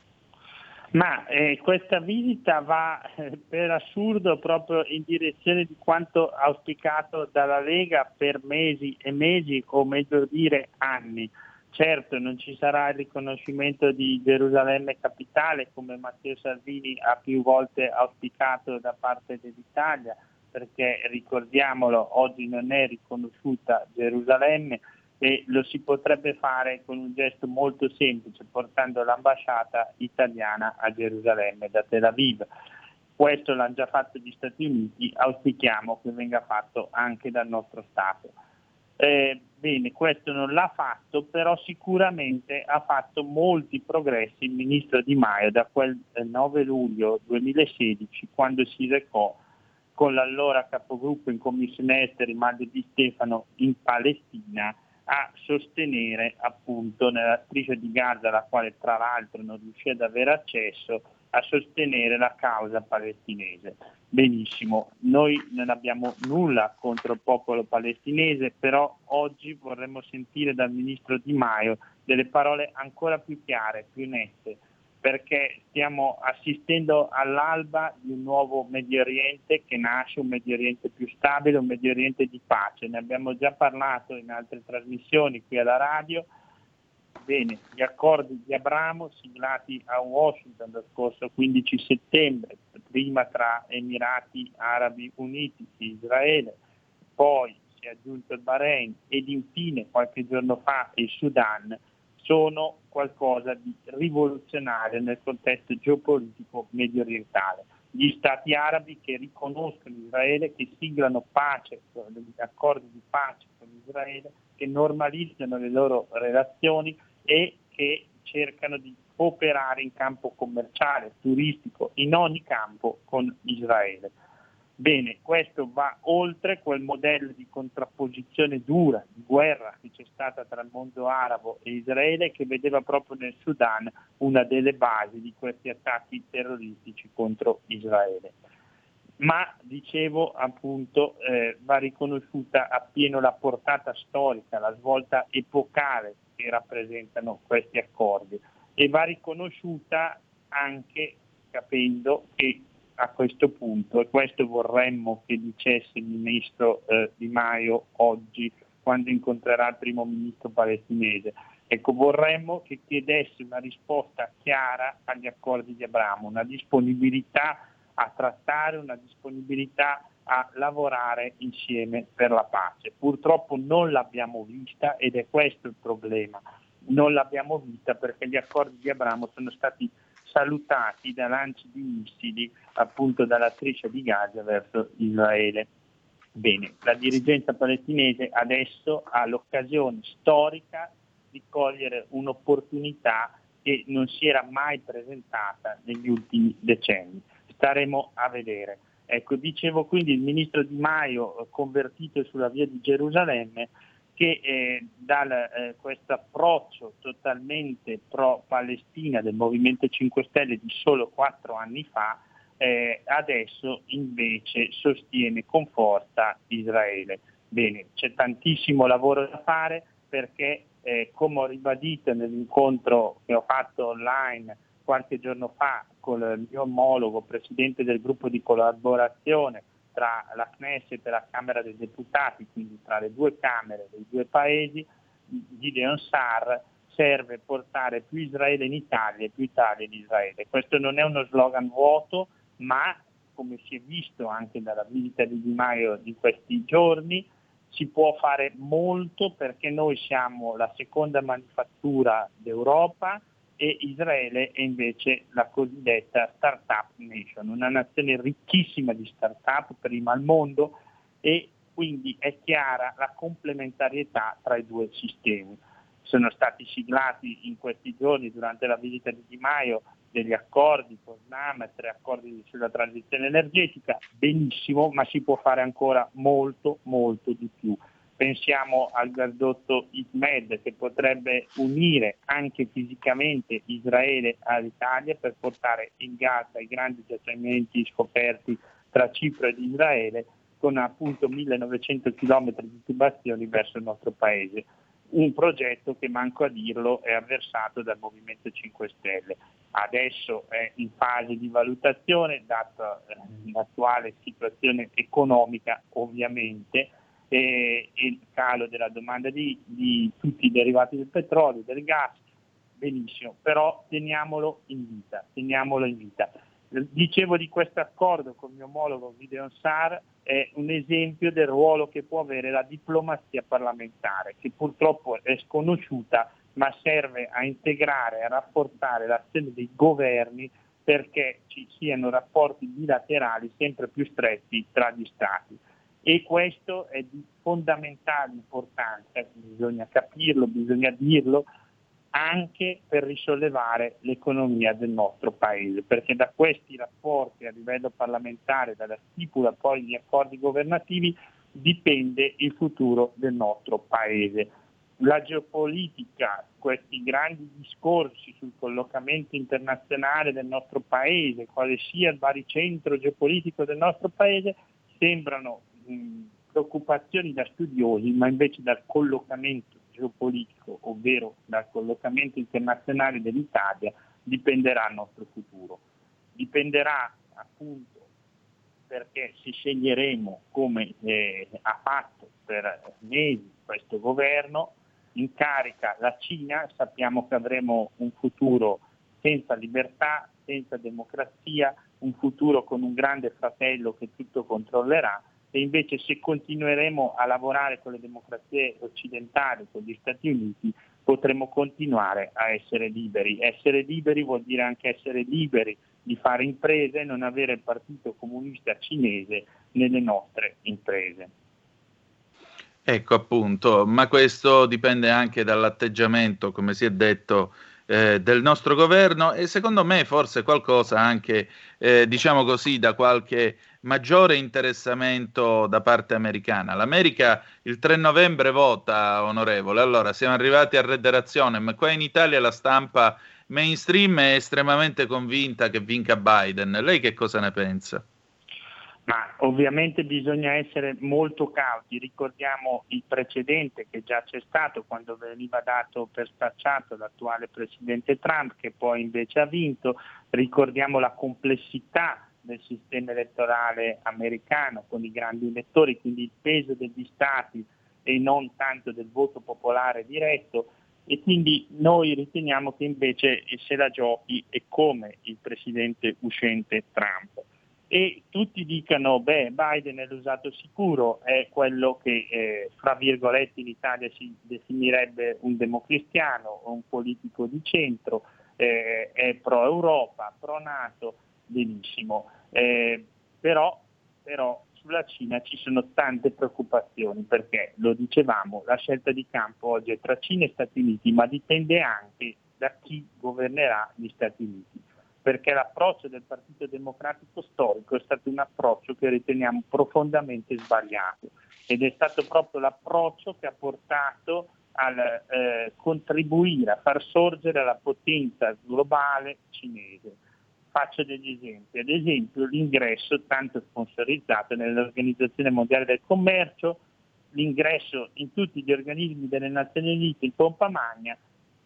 Ma eh, questa visita va eh, per assurdo proprio in direzione di quanto auspicato dalla Lega per mesi e mesi, o meglio dire anni. Certo, non ci sarà il riconoscimento di Gerusalemme capitale, come Matteo Salvini ha più volte auspicato da parte dell'Italia, perché ricordiamolo, oggi non è riconosciuta Gerusalemme, e lo si potrebbe fare con un gesto molto semplice, portando l'ambasciata italiana a Gerusalemme da Tel Aviv. Questo l'hanno già fatto gli Stati Uniti, auspichiamo che venga fatto anche dal nostro Stato. Eh, bene, questo non l'ha fatto, però sicuramente ha fatto molti progressi il ministro Di Maio da quel nove luglio duemilasedici, quando si recò con l'allora capogruppo in Commissione Esteri Mario Di Stefano in Palestina a sostenere appunto nella striscia di Gaza, alla quale tra l'altro non riuscì ad avere accesso, a sostenere la causa palestinese. Benissimo, noi non abbiamo nulla contro il popolo palestinese, però oggi vorremmo sentire dal ministro Di Maio delle parole ancora più chiare, più nette, perché stiamo assistendo all'alba di un nuovo Medio Oriente che nasce, un Medio Oriente più stabile, un Medio Oriente di pace. Ne abbiamo già parlato in altre trasmissioni qui alla radio. Bene, gli accordi di Abramo siglati a Washington lo scorso quindici settembre, prima tra Emirati Arabi Uniti e Israele, poi si è aggiunto il Bahrain ed infine qualche giorno fa il Sudan, sono qualcosa di rivoluzionario nel contesto geopolitico medio orientale. Gli stati arabi che riconoscono Israele, che siglano pace, accordi di pace con Israele, che normalizzano le loro relazioni e che cercano di cooperare in campo commerciale, turistico, in ogni campo con Israele. Bene, questo va oltre quel modello di contrapposizione dura, di guerra che c'è stata tra il mondo arabo e Israele, che vedeva proprio nel Sudan una delle basi di questi attacchi terroristici contro Israele. Ma, dicevo appunto, eh, va riconosciuta appieno la portata storica, la svolta epocale che rappresentano questi accordi, e va riconosciuta anche capendo che a questo punto, e questo vorremmo che dicesse il ministro eh, Di Maio oggi quando incontrerà il primo ministro palestinese, ecco, vorremmo che chiedesse una risposta chiara agli accordi di Abramo, una disponibilità a trattare, una disponibilità a lavorare insieme per la pace. Purtroppo non l'abbiamo vista ed è questo il problema, non l'abbiamo vista perché gli accordi di Abramo sono stati salutati da lanci di missili appunto dalla striscia di Gaza verso Israele. Bene, la dirigenza palestinese adesso ha l'occasione storica di cogliere un'opportunità che non si era mai presentata negli ultimi decenni. Staremo a vedere. Ecco, dicevo quindi il ministro Di Maio, convertito sulla via di Gerusalemme, che eh, da eh, questo approccio totalmente pro-Palestina del Movimento cinque Stelle di solo quattro anni fa, eh, adesso invece sostiene con forza Israele. Bene, c'è tantissimo lavoro da fare perché, eh, come ho ribadito nell'incontro che ho fatto online qualche giorno fa con il mio omologo, presidente del gruppo di collaborazione tra la Knesset e la Camera dei Deputati, quindi tra le due Camere dei due paesi, Gideon Sa'ar, serve portare più Israele in Italia e più Italia in Israele. Questo non è uno slogan vuoto, ma come si è visto anche dalla visita di Di Maio di questi giorni, si può fare molto perché noi siamo la seconda manifattura d'Europa e Israele è invece la cosiddetta Startup Nation, una nazione ricchissima di start-up, prima al mondo, e quindi è chiara la complementarietà tra i due sistemi. Sono stati siglati in questi giorni durante la visita di Di Maio degli accordi con Snam, tre accordi sulla transizione energetica, benissimo, ma si può fare ancora molto, molto di più. Pensiamo al gasdotto ITMED che potrebbe unire anche fisicamente Israele all'Italia per portare il gas ai grandi giacimenti scoperti tra Cipro ed Israele con appunto millenovecento chilometri di tubazioni verso il nostro paese. Un progetto che, manco a dirlo, è avversato dal Movimento cinque Stelle. Adesso è in fase di valutazione, data l'attuale situazione economica ovviamente, e il calo della domanda di, di tutti i derivati del petrolio, del gas, benissimo, però teniamolo in vita, teniamolo in vita. Dicevo di questo accordo con il mio omologo Gideon Sa'ar, è un esempio del ruolo che può avere la diplomazia parlamentare, che purtroppo è sconosciuta, ma serve a integrare e a rafforzare l'azione dei governi perché ci siano rapporti bilaterali sempre più stretti tra gli Stati. E questo è di fondamentale importanza, bisogna capirlo, bisogna dirlo, anche per risollevare l'economia del nostro paese, perché da questi rapporti a livello parlamentare, dalla stipula poi di accordi governativi, dipende il futuro del nostro paese. la geopolitica, questi grandi discorsi sul collocamento internazionale del nostro paese, quale sia il baricentro geopolitico del nostro paese, sembrano mh, preoccupazioni da studiosi, ma invece dal collocamento geopolitico, ovvero dal collocamento internazionale dell'Italia, dipenderà il nostro futuro. Dipenderà appunto perché se sceglieremo, come eh, ha fatto per mesi questo governo, in carica la Cina, sappiamo che avremo un futuro senza libertà, senza democrazia, un futuro con un grande fratello che tutto controllerà, e invece se continueremo a lavorare con le democrazie occidentali, con gli Stati Uniti, potremo continuare a essere liberi. Essere liberi vuol dire anche essere liberi di fare imprese e non avere il Partito Comunista Cinese nelle nostre imprese. Ecco appunto, ma questo dipende anche dall'atteggiamento, come si è detto, eh, del nostro governo, e secondo me forse qualcosa anche, eh, diciamo così, da qualche maggiore interessamento da parte americana. L'America il tre novembre vota, onorevole, allora siamo arrivati a reiterazione, ma qua in Italia la stampa mainstream è estremamente convinta che vinca Biden. Lei che cosa ne pensa? Ma ovviamente bisogna essere molto cauti, ricordiamo il precedente che già c'è stato quando veniva dato per spacciato l'attuale presidente Trump, che poi invece ha vinto, ricordiamo la complessità del sistema elettorale americano con i grandi elettori, quindi il peso degli stati e non tanto del voto popolare diretto, e quindi noi riteniamo che invece se la giochi è come il presidente uscente Trump. E tutti dicano, beh, Biden è l'usato sicuro, è quello che, eh, fra virgolette, in Italia si definirebbe un democristiano, un politico di centro, eh, è pro-Europa, pro-NATO, benissimo. Eh, però, però sulla Cina ci sono tante preoccupazioni, perché, lo dicevamo, la scelta di campo oggi è tra Cina e Stati Uniti, ma dipende anche da chi governerà gli Stati Uniti, perché l'approccio del Partito Democratico storico è stato un approccio che riteniamo profondamente sbagliato, ed è stato proprio l'approccio che ha portato al eh, contribuire a far sorgere la potenza globale cinese. Faccio degli esempi, ad esempio l'ingresso tanto sponsorizzato nell'Organizzazione Mondiale del Commercio, l'ingresso in tutti gli organismi delle Nazioni Unite in pompa magna,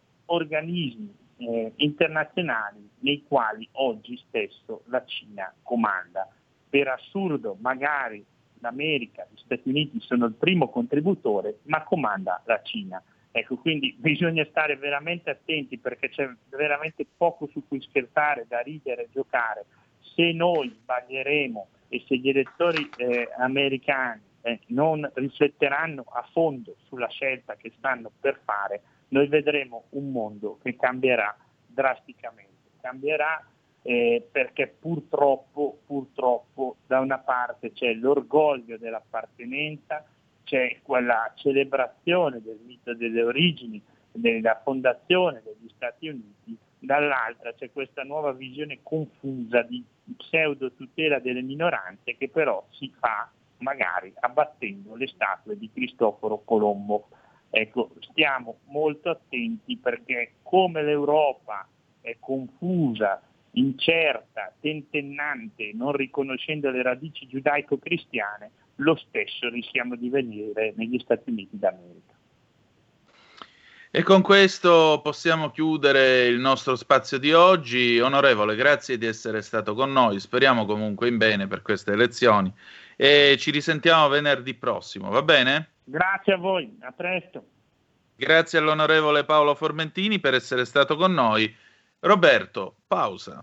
organismi Eh, internazionali nei quali oggi stesso la Cina comanda. Per assurdo, magari l'America, gli Stati Uniti sono il primo contributore, ma comanda la Cina. Ecco, quindi bisogna stare veramente attenti, perché c'è veramente poco su cui scherzare, da ridere e giocare. Se noi sbaglieremo e se gli elettori eh, americani eh, non rifletteranno a fondo sulla scelta che stanno per fare, noi vedremo un mondo che cambierà drasticamente. Cambierà eh, perché purtroppo, purtroppo da una parte c'è l'orgoglio dell'appartenenza, c'è quella celebrazione del mito delle origini, della fondazione degli Stati Uniti, dall'altra c'è questa nuova visione confusa di pseudo tutela delle minoranze, che però si fa magari abbattendo le statue di Cristoforo Colombo. Ecco, stiamo molto attenti, perché come l'Europa è confusa, incerta, tentennante, non riconoscendo le radici giudaico-cristiane, lo stesso rischiamo di venire negli Stati Uniti d'America. E con questo possiamo chiudere il nostro spazio di oggi. Onorevole, grazie di essere stato con noi, speriamo comunque in bene per queste elezioni, e ci risentiamo venerdì prossimo, va bene? Grazie a voi, a presto. Grazie all'onorevole Paolo Formentini per essere stato con noi. Roberto, pausa.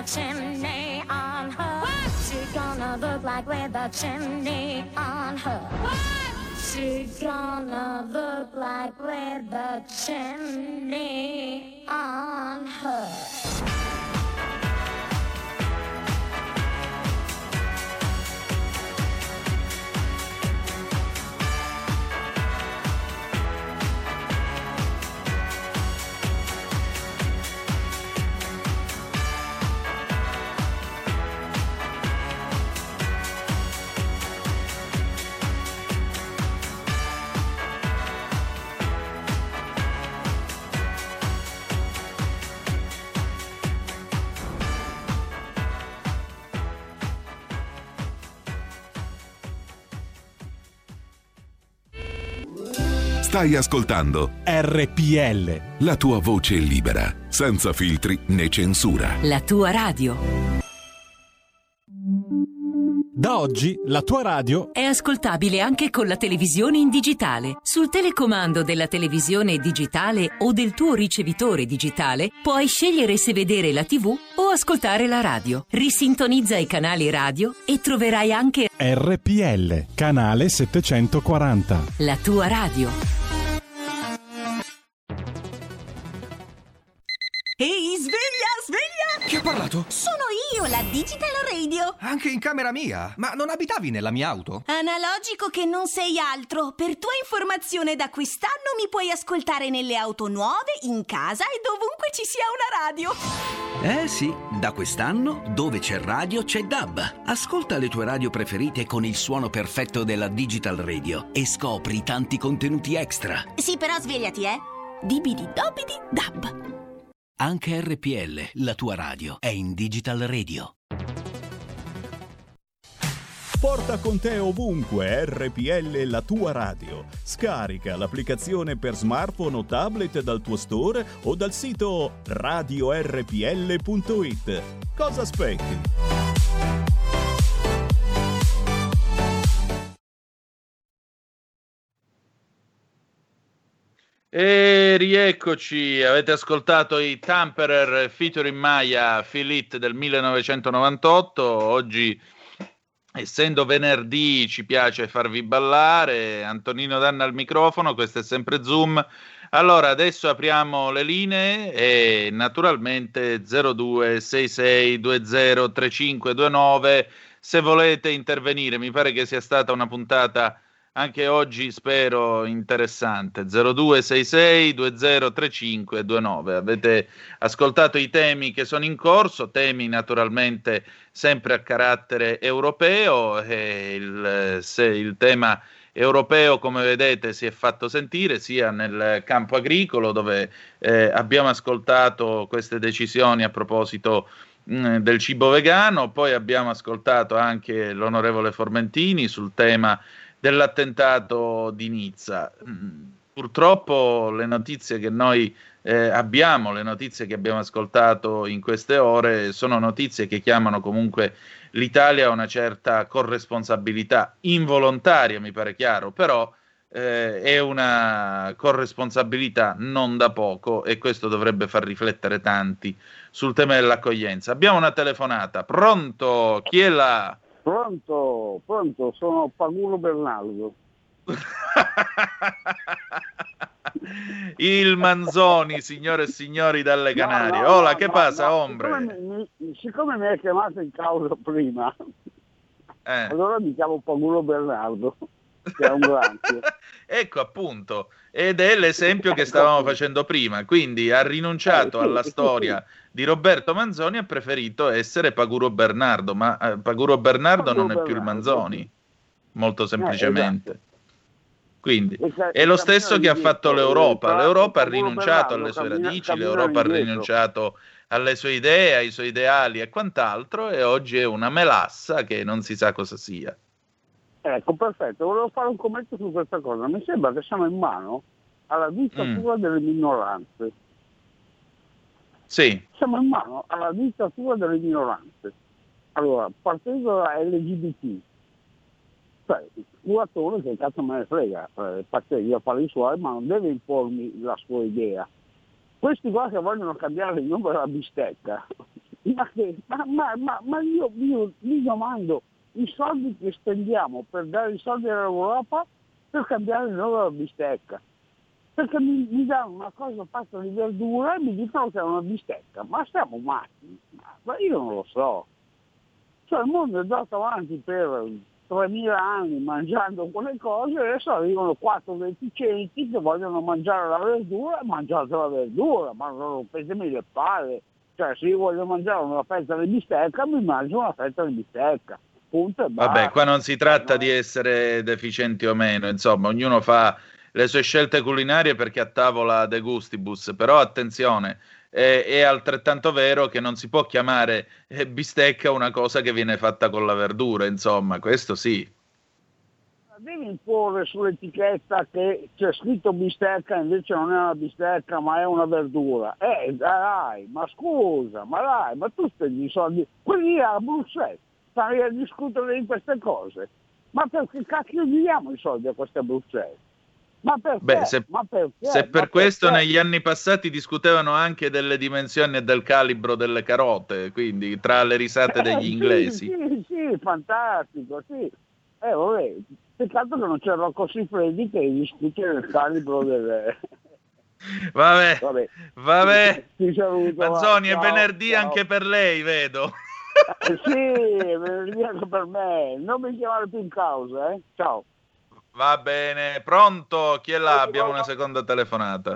a chimney on her? What's she gonna look like with a chimney on her? What's she gonna look like with a chimney on her? Stai ascoltando R P L, la tua voce libera, senza filtri né censura. La tua radio. Da oggi la tua radio È ascoltabile anche con la televisione in digitale. Sul telecomando della televisione digitale o del tuo ricevitore digitale puoi scegliere se vedere la tivù o ascoltare la radio. Risintonizza i canali radio e troverai anche R P L, canale settecentoquaranta. la tua radio. Ehi, sveglia, sveglia! Chi ha parlato? Sono io, la Digital Radio. Anche in camera mia? Ma non abitavi nella mia auto? Analogico che non sei altro. Per tua informazione, da quest'anno mi puoi ascoltare nelle auto nuove, in casa e dovunque ci sia una radio. Eh sì, da quest'anno dove c'è radio c'è D A B. Ascolta le tue radio preferite con il suono perfetto della Digital Radio e scopri tanti contenuti extra. Sì, però svegliati, eh. Dibidi dobidi D A B. Anche R P L, la tua radio, è in Digital Radio. Porta con te ovunque R P L, la tua radio. Scarica l'applicazione per smartphone o tablet dal tuo store o dal sito radio r p l punto i t. Cosa aspetti? E rieccoci, avete ascoltato i Tamperer featuring Maya Feel It del millenovecentonovantotto. Oggi, essendo venerdì, ci piace farvi ballare. Antonino Danna al microfono, questo è sempre Zoom. Allora, adesso apriamo le linee e naturalmente zero due sei sei due zero tre cinque due nove se volete intervenire. Mi pare che sia stata una puntata anche oggi, spero, interessante. Zero due sei sei due zero tre cinque due nove. Avete ascoltato i temi che sono in corso, temi naturalmente sempre a carattere europeo, e il, se il tema europeo, come vedete, si è fatto sentire sia nel campo agricolo, dove eh, abbiamo ascoltato queste decisioni a proposito mh, del cibo vegano, poi abbiamo ascoltato anche l'onorevole Formentini sul tema dell'attentato di Nizza. Purtroppo le notizie che noi eh, abbiamo, le notizie che abbiamo ascoltato in queste ore, sono notizie che chiamano comunque l'Italia a una certa corresponsabilità, involontaria, mi pare chiaro, però eh, è una corresponsabilità non da poco, e questo dovrebbe far riflettere tanti sul tema dell'accoglienza. Abbiamo una telefonata. Pronto? Chi è là? Pronto, pronto, sono Pagulo Bernardo. Il Manzoni, signore e signori dalle Canarie. No, no, Hola, no, che no, passa, no, ombre? Siccome mi, mi, siccome mi hai chiamato in causa prima, eh. allora mi chiamo Pagulo Bernardo, che è un granchio. Ecco, appunto, ed è l'esempio che stavamo facendo prima, quindi ha rinunciato eh, sì, alla sì, storia sì. di Roberto Manzoni, ha preferito essere Paguro Bernardo, ma eh, Paguro Bernardo Paguro non è Bernardo, più il Manzoni, sì. molto semplicemente. Eh, esatto. Quindi Esatto, è lo stesso che ha fatto indietro, l'Europa. L'Europa ha Paguro rinunciato Bernardo alle sue cammina- radici, cammina l'Europa ha indietro. rinunciato alle sue idee, ai suoi ideali e quant'altro, e oggi è una melassa che non si sa cosa sia. Ecco, perfetto, volevo fare un commento su questa cosa. Mi sembra che siamo in mano alla dittatura mm. delle minoranze. Sì. Siamo in mano alla dittatura delle minoranze. Allora, partendo da L G B T, cioè, un attore che cazzo me ne frega, eh, perché io fare i suoi, ma non deve impormi la sua idea. Questi qua che vogliono cambiare il nome della bistecca, Ma, che, ma, ma, ma, ma io, io mi domando, i soldi che spendiamo per dare i soldi all'Europa per cambiare il nome della bistecca, perché mi, mi danno una cosa fatta di verdura e mi dicono che è una bistecca, ma siamo matti, ma io non lo so. Cioè il mondo è andato avanti per tremila anni mangiando quelle cose e adesso arrivano quattro deficienti che vogliono mangiare la verdura e mangiate la verdura, ma non rompetemi le palle. Cioè se io voglio mangiare una fetta di bistecca mi mangio una fetta di bistecca. Punto e basta. Vabbè, qua non si tratta di essere deficienti o meno, insomma, ognuno fa le sue scelte culinarie perché a tavola de gustibus, però attenzione, è, è altrettanto vero che non si può chiamare eh, bistecca una cosa che viene fatta con la verdura, insomma, questo sì. Devi imporre sull'etichetta che c'è scritto bistecca, invece non è una bistecca ma è una verdura. Eh dai, ma scusa, ma dai, ma tu spendi i soldi, quelli a Bruxelles, stai a discutere di queste cose. Ma perché cacchio gli diamo i soldi a queste Bruxelles? Ma perché? Beh, se, ma perché? se per ma questo perché? negli anni passati discutevano anche delle dimensioni e del calibro delle carote, quindi tra le risate degli Eh, inglesi. Sì, sì, sì, fantastico, sì. Eh vabbè, peccato che non c'è Rocco Siffredi che discute del calibro delle... Vabbè, Vabbè, vabbè. Ti, ti saluto, Manzoni, va. è Ciao, venerdì ciao. anche per lei, vedo. Eh, sì, è venerdì anche per me. Non mi chiamare più in causa, eh. Ciao. Va bene, pronto? Chi è là? Abbiamo una seconda telefonata.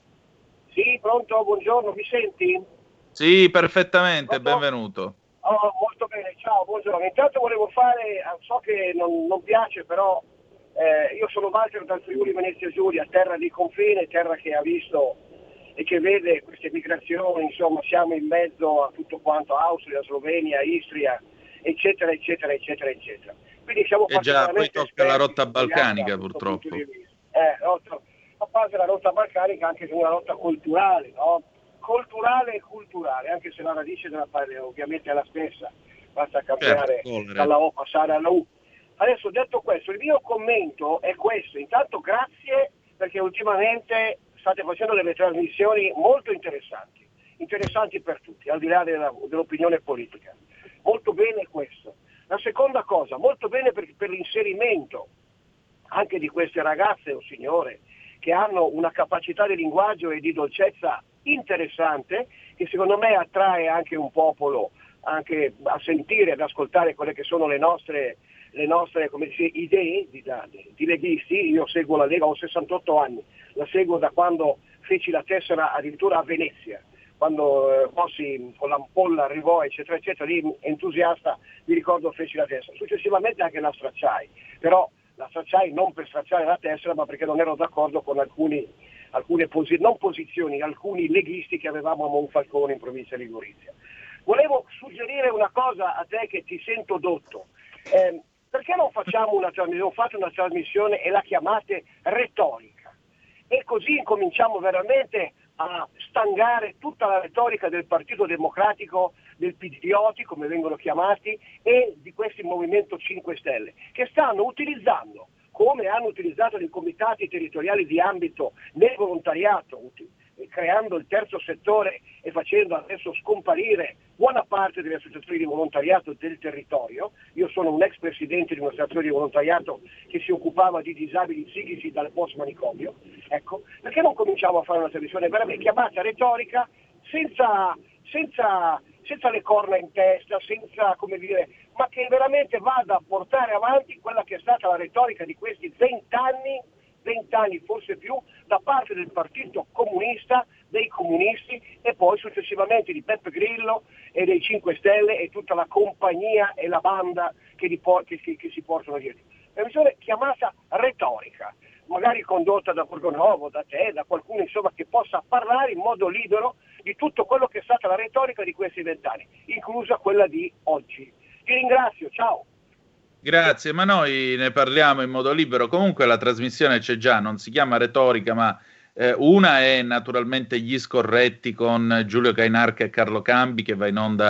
Sì, pronto, buongiorno, mi senti? Sì, perfettamente, benvenuto. Oh, molto bene, ciao, buongiorno. Intanto volevo fare, so che non, non piace, però eh, io sono Walter dal Friuli Venezia Giulia, terra di confine, terra che ha visto e che vede queste migrazioni, insomma siamo in mezzo a tutto quanto, Austria, Slovenia, Istria, eccetera, eccetera, eccetera, eccetera. Quindi siamo E già, poi particolarmente tocca la esperti rotta in balcanica, Italia, purtroppo. Eh, rotta, a parte la rotta balcanica anche una rotta culturale, no? Culturale e culturale, anche se la radice della parola ovviamente è la stessa, basta cambiare Certo, dalla O passare alla U. Adesso detto questo, il mio commento è questo, intanto grazie perché ultimamente state facendo delle trasmissioni molto interessanti, interessanti per tutti, al di là della, dell'opinione politica. Molto bene questo. La seconda cosa, molto bene per, per l'inserimento anche di queste ragazze o signore che hanno una capacità di linguaggio e di dolcezza interessante, che secondo me attrae anche un popolo anche a sentire, ad ascoltare quelle che sono le nostre, le nostre come si dice, idee di, di, di leghisti. Io seguo la Lega, ho sessantotto anni, la seguo da quando feci la tessera addirittura a Venezia, quando eh, Bossi con l'ampolla arrivò eccetera eccetera, lì entusiasta mi ricordo feci la tessera, successivamente anche la stracciai, però la stracciai non per stracciare la tessera ma perché non ero d'accordo con alcuni, alcune posi- non posizioni, alcuni leghisti che avevamo a Monfalcone in provincia di Gorizia. Volevo suggerire una cosa a te che ti sento dotto, eh, perché non facciamo una trasmissione, non fate una trasmissione e la chiamate retorica e così incominciamo veramente a stangare tutta la retorica del Partito Democratico, del P D O T, come vengono chiamati, e di questi Movimento cinque Stelle, che stanno utilizzando, come hanno utilizzato i comitati territoriali di ambito nel volontariato, creando il terzo settore e facendo adesso scomparire buona parte delle associazioni di volontariato del territorio. Io sono un ex presidente di un'associazione di volontariato che si occupava di disabili psichici dal post manicomio. Ecco, perché non cominciamo a fare una televisione veramente chiamata retorica, senza, senza, senza le corna in testa, senza, come dire, ma che veramente vada a portare avanti quella che è stata la retorica di questi vent'anni, vent'anni forse più, da parte del Partito Comunista, dei comunisti e poi successivamente di Beppe Grillo e dei cinque Stelle e tutta la compagnia e la banda che, di, che, che, che si portano dietro. È una visione chiamata retorica, magari condotta da Borgonovo, da te, da qualcuno insomma che possa parlare in modo libero di tutto quello che è stata la retorica di questi vent'anni, inclusa quella di oggi. Ti ringrazio, ciao. Grazie, ma noi ne parliamo in modo libero. Comunque la trasmissione c'è già, non si chiama retorica, ma eh, una è naturalmente Gli Scorretti con Giulio Cainarca e Carlo Cambi, che va in onda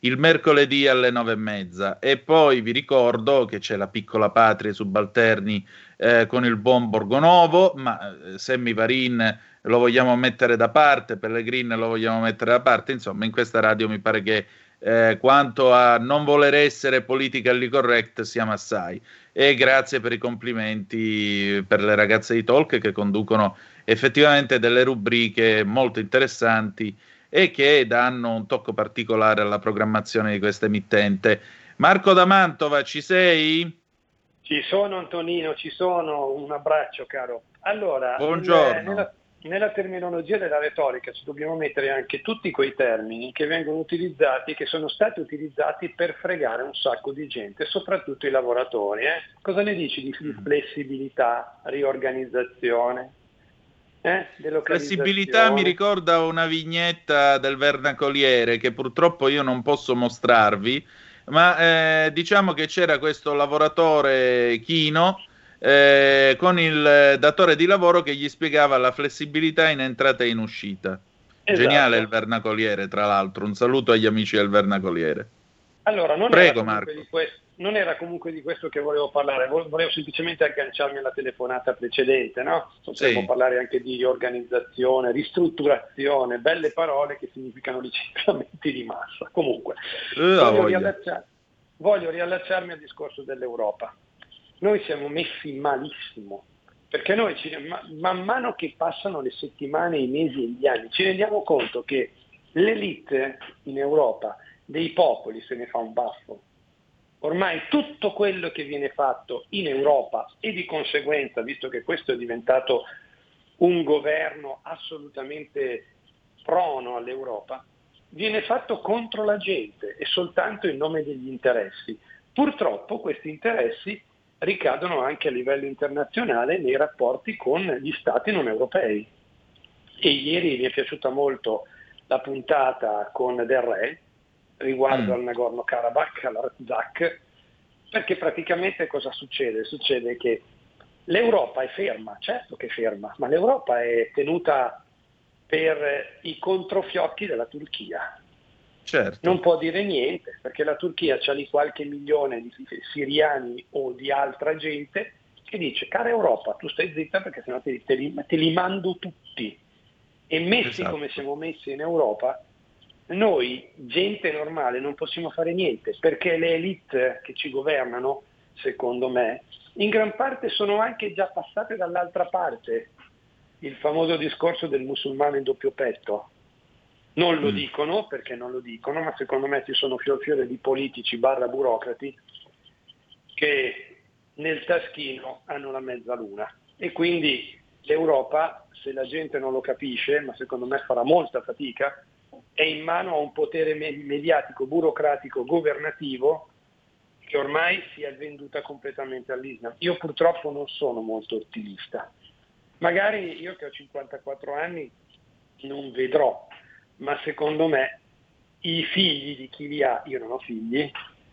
il mercoledì alle nove e mezza. E poi vi ricordo che c'è la Piccola Patria Subalterni eh, con il buon Borgonovo, ma eh, Sammy Varin lo vogliamo mettere da parte, Pellegrin lo vogliamo mettere da parte, insomma in questa radio mi pare che eh, quanto a non voler essere politically correct siamo assai. E grazie per i complimenti per le ragazze di Talk che conducono effettivamente delle rubriche molto interessanti e che danno un tocco particolare alla programmazione di questa emittente. Marco da Mantova, ci sei? Ci sono Antonino, ci sono, un abbraccio caro. Allora, buongiorno. Nella, nella terminologia della retorica ci dobbiamo mettere anche tutti quei termini che vengono utilizzati, che sono stati utilizzati per fregare un sacco di gente, soprattutto i lavoratori. Eh? Cosa ne dici di flessibilità, riorganizzazione? Eh, Flessibilità mi ricorda una vignetta del Vernacoliere che purtroppo io non posso mostrarvi, ma eh, diciamo che c'era questo lavoratore chino eh, con il datore di lavoro che gli spiegava la flessibilità in entrata e in uscita. Esatto. Geniale il Vernacoliere, tra l'altro. Un saluto agli amici del Vernacoliere. Allora, non Prego, era Marco. Di questo, non era comunque di questo che volevo parlare, volevo semplicemente agganciarmi alla telefonata precedente, no? Potremmo sì. parlare anche di riorganizzazione, ristrutturazione, belle parole che significano licenziamenti di massa. Comunque, eh, voglio, riallacciar- voglio riallacciarmi al discorso dell'Europa. Noi siamo messi malissimo, perché noi ci, man, man mano che passano le settimane, i mesi e gli anni, ci rendiamo conto che l'elite in Europa dei popoli se ne fa un baffo. Ormai tutto quello che viene fatto in Europa e di conseguenza, visto che questo è diventato un governo assolutamente prono all'Europa, viene fatto contro la gente e soltanto in nome degli interessi. Purtroppo questi interessi ricadono anche a livello internazionale nei rapporti con gli stati non europei. E ieri mi è piaciuta molto la puntata con Del Re riguardo mm. al Nagorno-Karabakh, all'Artsakh, perché praticamente cosa succede? Succede che l'Europa è ferma, certo che è ferma, ma l'Europa è tenuta per i controfiocchi della Turchia. Certo. Non può dire niente, perché la Turchia c'ha lì qualche milione di siriani o di altra gente che dice: cara Europa, tu stai zitta perché sennò te, te, li, te li mando tutti. E messi esatto. come siamo messi in Europa, noi, gente normale, non possiamo fare niente, perché le elite che ci governano, secondo me, in gran parte sono anche già passate dall'altra parte. Il famoso discorso del musulmano in doppio petto. Non lo mm. dicono, perché non lo dicono, ma secondo me ci sono fior fiore di politici barra burocrati che nel taschino hanno la mezzaluna. E quindi l'Europa, se la gente non lo capisce, ma secondo me farà molta fatica, è in mano a un potere mediatico, burocratico, governativo che ormai si è venduta completamente all'Islam. Io purtroppo non sono molto ottimista. Magari io che ho cinquantaquattro anni non vedrò, ma secondo me i figli di chi li ha, io non ho figli,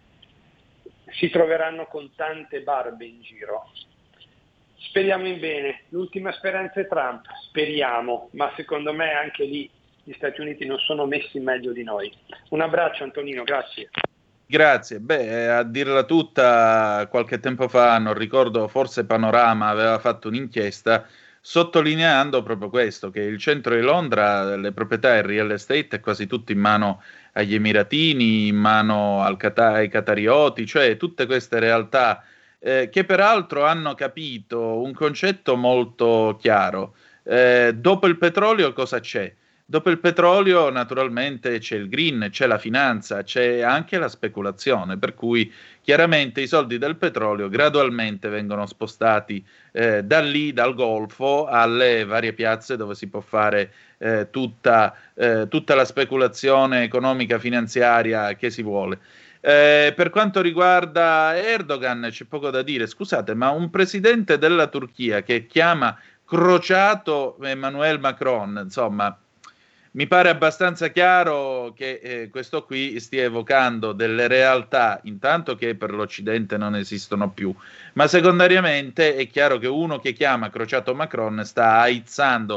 si troveranno con tante barbe in giro. Speriamo in bene. L'ultima speranza è Trump, speriamo, ma secondo me anche lì gli Stati Uniti non sono messi meglio di noi. Un abbraccio Antonino, grazie. Grazie. Beh, a dirla tutta, qualche tempo fa, non ricordo, forse Panorama aveva fatto un'inchiesta sottolineando proprio questo, che il centro di Londra, le proprietà e il real estate è quasi tutto in mano agli Emiratini, in mano al Qatar, ai Qatarioti, cioè tutte queste realtà eh, che peraltro hanno capito un concetto molto chiaro. Eh, dopo il petrolio cosa c'è? Dopo il petrolio naturalmente c'è il green, c'è la finanza, c'è anche la speculazione, per cui chiaramente i soldi del petrolio gradualmente vengono spostati eh, da lì, dal Golfo, alle varie piazze dove si può fare eh, tutta, eh, tutta la speculazione economica finanziaria che si vuole. Eh, per quanto riguarda Erdogan c'è poco da dire. Scusate, ma un presidente della Turchia che chiama crociato Emmanuel Macron, insomma, mi pare abbastanza chiaro che eh, questo qui stia evocando delle realtà, intanto che per l'Occidente non esistono più, ma secondariamente è chiaro che uno che chiama crociato Macron sta aizzando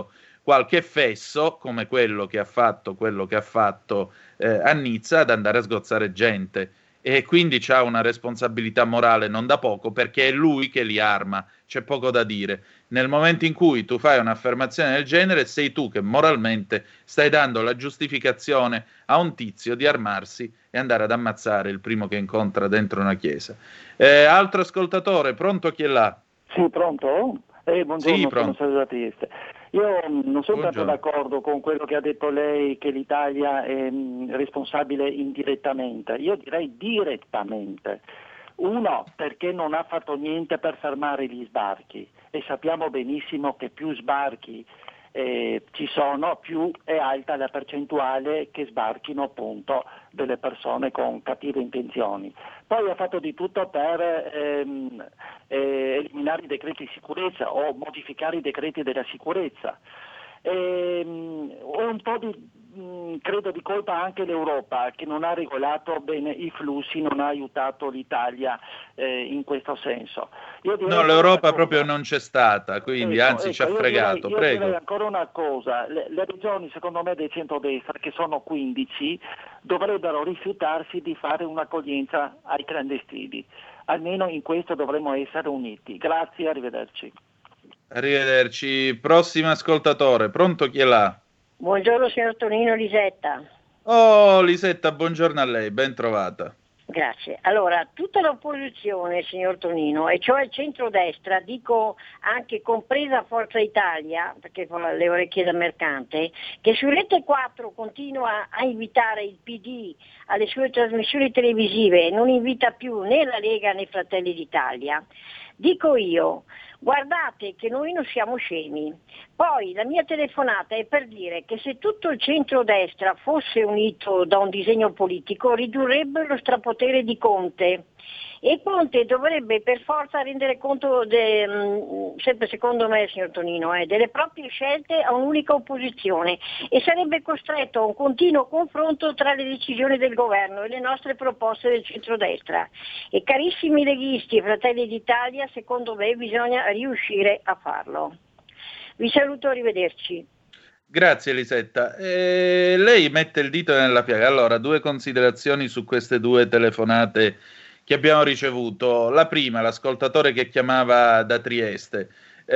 qualche fesso come quello che ha fatto, quello che ha fatto eh, a Nizza, ad andare a sgozzare gente. E quindi c'ha una responsabilità morale non da poco, perché è lui che li arma, c'è poco da dire. Nel momento in cui tu fai un'affermazione del genere, sei tu che moralmente stai dando la giustificazione a un tizio di armarsi e andare ad ammazzare il primo che incontra dentro una chiesa. Eh, altro ascoltatore, pronto, chi è là? Sì, pronto? Eh, buongiorno, Sì, sono Sergio da Trieste. Io mh, non sono tanto Buongiorno. d'accordo con quello che ha detto lei, che l'Italia è mh, responsabile indirettamente. Io direi direttamente. Uno, perché non ha fatto niente per fermare gli sbarchi, e sappiamo benissimo che più sbarchi eh, ci sono, più è alta la percentuale che sbarchino appunto delle persone con cattive intenzioni. Poi ha fatto di tutto per ehm, eh, eliminare i decreti di sicurezza o modificare i decreti della sicurezza. Ehm, un po' di, mh, credo di colpa anche l'Europa, che non ha regolato bene i flussi, non ha aiutato l'Italia eh, in questo senso. Io direi No, l'Europa proprio non c'è stata, quindi Ecco, anzi ecco, ci ha io fregato, direi, io prego. direi ancora una cosa, le, le regioni secondo me del centrodestra, che sono quindici, dovrebbero rifiutarsi di fare un'accoglienza ai clandestini, almeno in questo dovremmo essere uniti. Grazie, arrivederci. Arrivederci. Prossimo ascoltatore, pronto, chi è là? Buongiorno signor Tonino, Lisetta. Oh, Lisetta, buongiorno a lei, ben trovata. Grazie. Allora, tutta l'opposizione, signor Tonino, e cioè il centrodestra, dico anche compresa Forza Italia, perché con le orecchie da mercante, che su Rete quattro continua a invitare il P D alle sue trasmissioni televisive e non invita più né la Lega né Fratelli d'Italia, dico io, guardate che noi non siamo scemi. Poi la mia telefonata è per dire che se tutto il centrodestra fosse unito da un disegno politico ridurrebbe lo strapotere di Conte, e Conte dovrebbe per forza rendere conto, de, mh, sempre secondo me signor Tonino, eh, delle proprie scelte a un'unica opposizione, e sarebbe costretto a un continuo confronto tra le decisioni del governo e le nostre proposte del centrodestra. E carissimi leghisti e Fratelli d'Italia, secondo me bisogna riuscire a farlo. Vi saluto, arrivederci. Grazie Elisetta. Eh, lei mette il dito nella piaga. Allora, due considerazioni su queste due telefonate che abbiamo ricevuto. La prima, l'ascoltatore che chiamava da Trieste.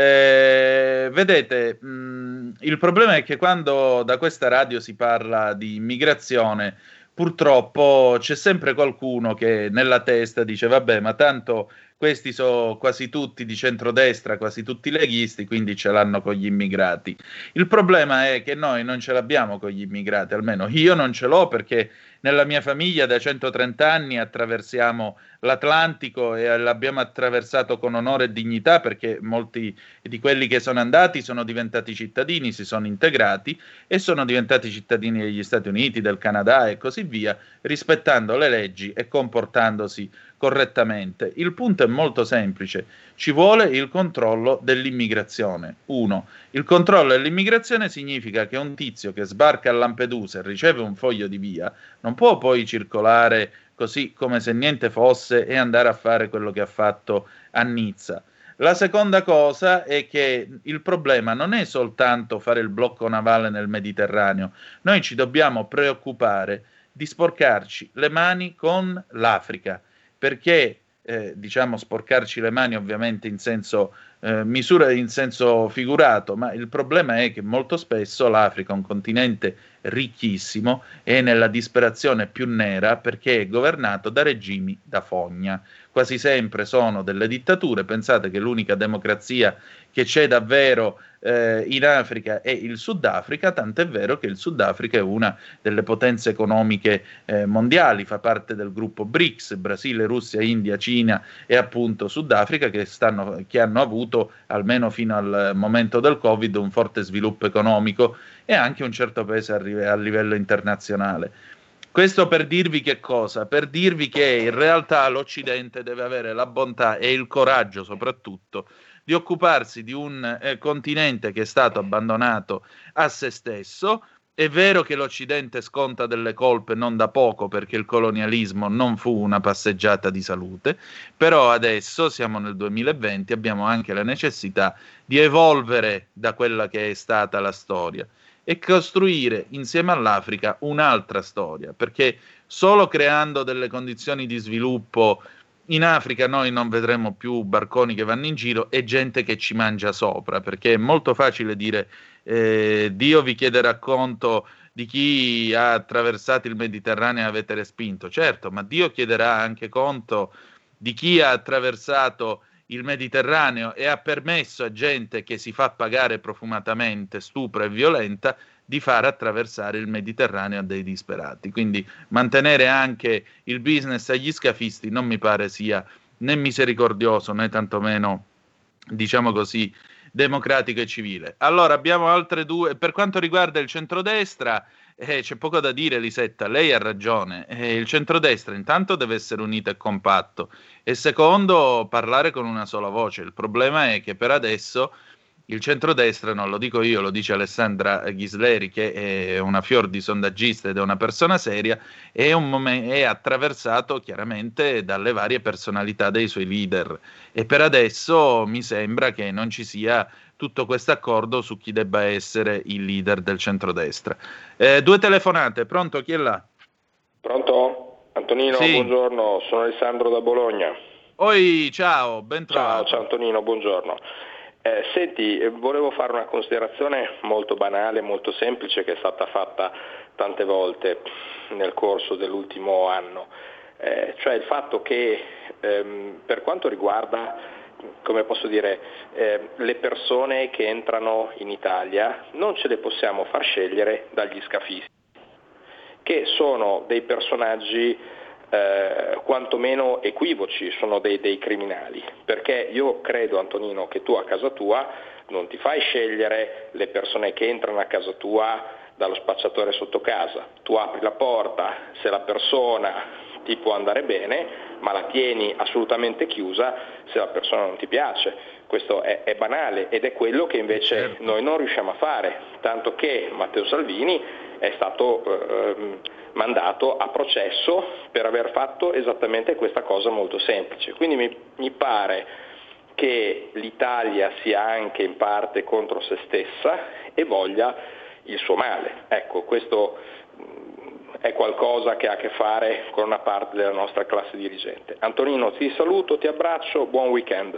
Eh, vedete, mh, il problema è che quando da questa radio si parla di immigrazione, purtroppo c'è sempre qualcuno che nella testa dice vabbè, ma tanto questi sono quasi tutti di centrodestra, quasi tutti leghisti, quindi ce l'hanno con gli immigrati. Il problema è che noi non ce l'abbiamo con gli immigrati, almeno io non ce l'ho, perché nella mia famiglia da centotrenta anni attraversiamo l'Atlantico e l'abbiamo attraversato con onore e dignità, perché molti di quelli che sono andati sono diventati cittadini, si sono integrati e sono diventati cittadini degli Stati Uniti, del Canada e così via, rispettando le leggi e comportandosi correttamente. Il punto è molto semplice: ci vuole il controllo dell'immigrazione. Uno, il controllo dell'immigrazione significa che un tizio che sbarca a Lampedusa e riceve un foglio di via non può poi circolare così come se niente fosse e andare a fare quello che ha fatto a Nizza. La seconda cosa è che il problema non è soltanto fare il blocco navale nel Mediterraneo, noi ci dobbiamo preoccupare di sporcarci le mani con l'Africa, perché eh, diciamo sporcarci le mani ovviamente in senso eh, misura in senso figurato, ma il problema è che molto spesso l'Africa, un continente ricchissimo, è nella disperazione più nera perché è governato da regimi da fogna. Quasi sempre sono delle dittature. Pensate che l'unica democrazia che c'è davvero eh, in Africa è il Sudafrica, tant'è vero che il Sudafrica è una delle potenze economiche eh, mondiali, fa parte del gruppo BRICS, Brasile, Russia, India, Cina e appunto Sudafrica, che, stanno, che hanno avuto almeno fino al momento del Covid un forte sviluppo economico e anche un certo peso a, a livello internazionale. Questo per dirvi che cosa? Per dirvi che in realtà l'Occidente deve avere la bontà e il coraggio soprattutto di occuparsi di un eh, continente che è stato abbandonato a se stesso È vero che l'Occidente sconta delle colpe non da poco perché il colonialismo non fu una passeggiata di salute, però adesso siamo nel duemilaventi, abbiamo anche la necessità di evolvere da quella che è stata la storia e costruire insieme all'Africa un'altra storia, perché solo creando delle condizioni di sviluppo in Africa noi non vedremo più barconi che vanno in giro e gente che ci mangia sopra, perché è molto facile dire eh, Dio vi chiederà conto di chi ha attraversato il Mediterraneo e avete respinto. Certo, ma Dio chiederà anche conto di chi ha attraversato il Mediterraneo e ha permesso a gente che si fa pagare profumatamente, stupra e violenta, di far attraversare il Mediterraneo a dei disperati. Quindi mantenere anche il business agli scafisti non mi pare sia né misericordioso né tantomeno, diciamo così, democratico e civile. Allora abbiamo altre due. Per quanto riguarda il centrodestra, eh, c'è poco da dire, Lisetta, lei ha ragione. Eh, il centrodestra intanto deve essere unito e compatto e secondo parlare con una sola voce. Il problema è che per adesso il centrodestra, non lo dico io, lo dice Alessandra Ghisleri, che è una fior di sondaggista ed è una persona seria, è, un momen- è attraversato chiaramente dalle varie personalità dei suoi leader e per adesso mi sembra che non ci sia tutto questo accordo su chi debba essere il leader del centrodestra. Eh, due telefonate, pronto? Chi è là? Pronto? Antonino, sì. Buongiorno, sono Alessandro da Bologna. Oi, ciao, ben trovato. Ciao, ciao Antonino, buongiorno. Eh, senti, volevo fare una considerazione molto banale, molto semplice, che è stata fatta tante volte nel corso dell'ultimo anno, eh, cioè il fatto che ehm, per quanto riguarda, come posso dire, eh, le persone che entrano in Italia non ce le possiamo far scegliere dagli scafisti, che sono dei personaggi Eh, quantomeno equivoci, sono dei, dei criminali, perché io credo, Antonino, che tu a casa tua non ti fai scegliere le persone che entrano a casa tua dallo spacciatore sotto casa, tu apri la porta, se la persona ti può andare bene, ma la tieni assolutamente chiusa se la persona non ti piace. Questo è, è banale ed è quello che invece certo. noi non riusciamo a fare, tanto che Matteo Salvini è stato eh, mandato a processo per aver fatto esattamente questa cosa molto semplice. Quindi mi, mi pare che l'Italia sia anche in parte contro se stessa e voglia il suo male. Ecco, questo è qualcosa che ha a che fare con una parte della nostra classe dirigente. Antonino, ti saluto, ti abbraccio, buon weekend.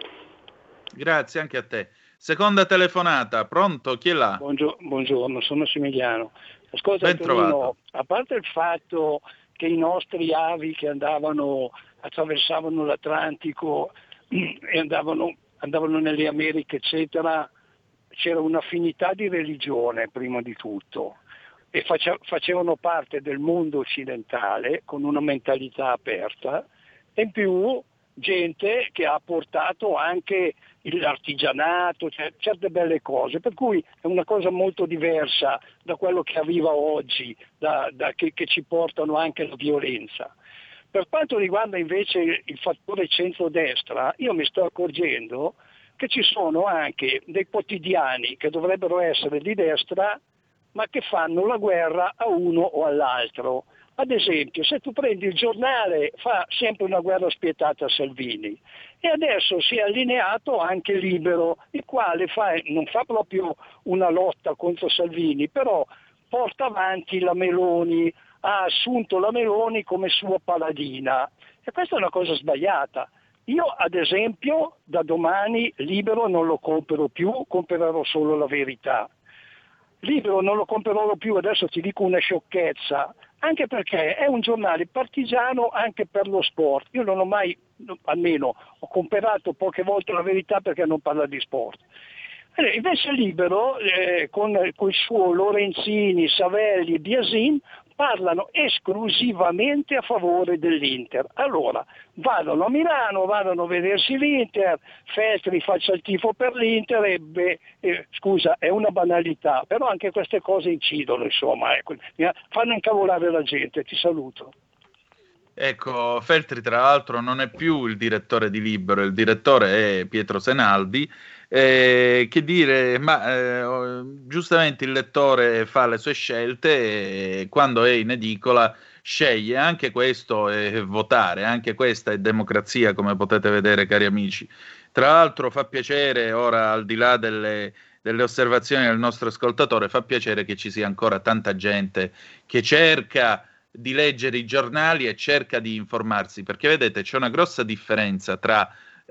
Grazie anche a te. Seconda telefonata, pronto? Chi è là? Buongiorno, buongiorno, sono Massimiliano. Ascolta, ben Antonino, trovato. A parte il fatto che i nostri avi che andavano, attraversavano l'Atlantico e andavano, andavano nelle Americhe, eccetera, c'era un'affinità di religione prima di tutto e face, facevano parte del mondo occidentale con una mentalità aperta e in più gente che ha portato anche l'artigianato, cioè certe belle cose, per cui è una cosa molto diversa da quello che arriva oggi, da, da, che, che ci portano anche alla violenza. Per quanto riguarda invece il fattore centrodestra, io mi sto accorgendo che ci sono anche dei quotidiani che dovrebbero essere di destra, ma che fanno la guerra a uno o all'altro. Ad esempio, se tu prendi il Giornale, fa sempre una guerra spietata a Salvini e adesso si è allineato anche Libero, il quale fa, non fa proprio una lotta contro Salvini, però porta avanti la Meloni, ha assunto la Meloni come sua paladina e questa è una cosa sbagliata. Io ad esempio da domani Libero non lo comprerò più, comprerò solo La Verità. Libero non lo comprerò più, adesso ti dico una sciocchezza, anche perché è un giornale partigiano anche per lo sport. Io non ho mai, almeno ho comprato poche volte La Verità perché non parla di sport. Invece Libero, eh, con, con il suo Lorenzini, Savelli e Biasin, parlano esclusivamente a favore dell'Inter. Allora, vadano a Milano, vadano a vedersi l'Inter, Feltri faccia il tifo per l'Inter e beh, eh, scusa, è una banalità, però anche queste cose incidono, insomma, ecco, fanno incavolare la gente. Ti saluto. Ecco, Feltri tra l'altro non è più il direttore di Libero, il direttore è Pietro Senaldi. Eh, che dire, ma eh, giustamente il lettore fa le sue scelte e quando è in edicola sceglie. Anche questo è votare, anche questa è democrazia, come potete vedere, cari amici. Tra l'altro fa piacere, ora al di là delle, delle osservazioni del nostro ascoltatore, fa piacere che ci sia ancora tanta gente che cerca di leggere i giornali e cerca di informarsi, perché vedete c'è una grossa differenza tra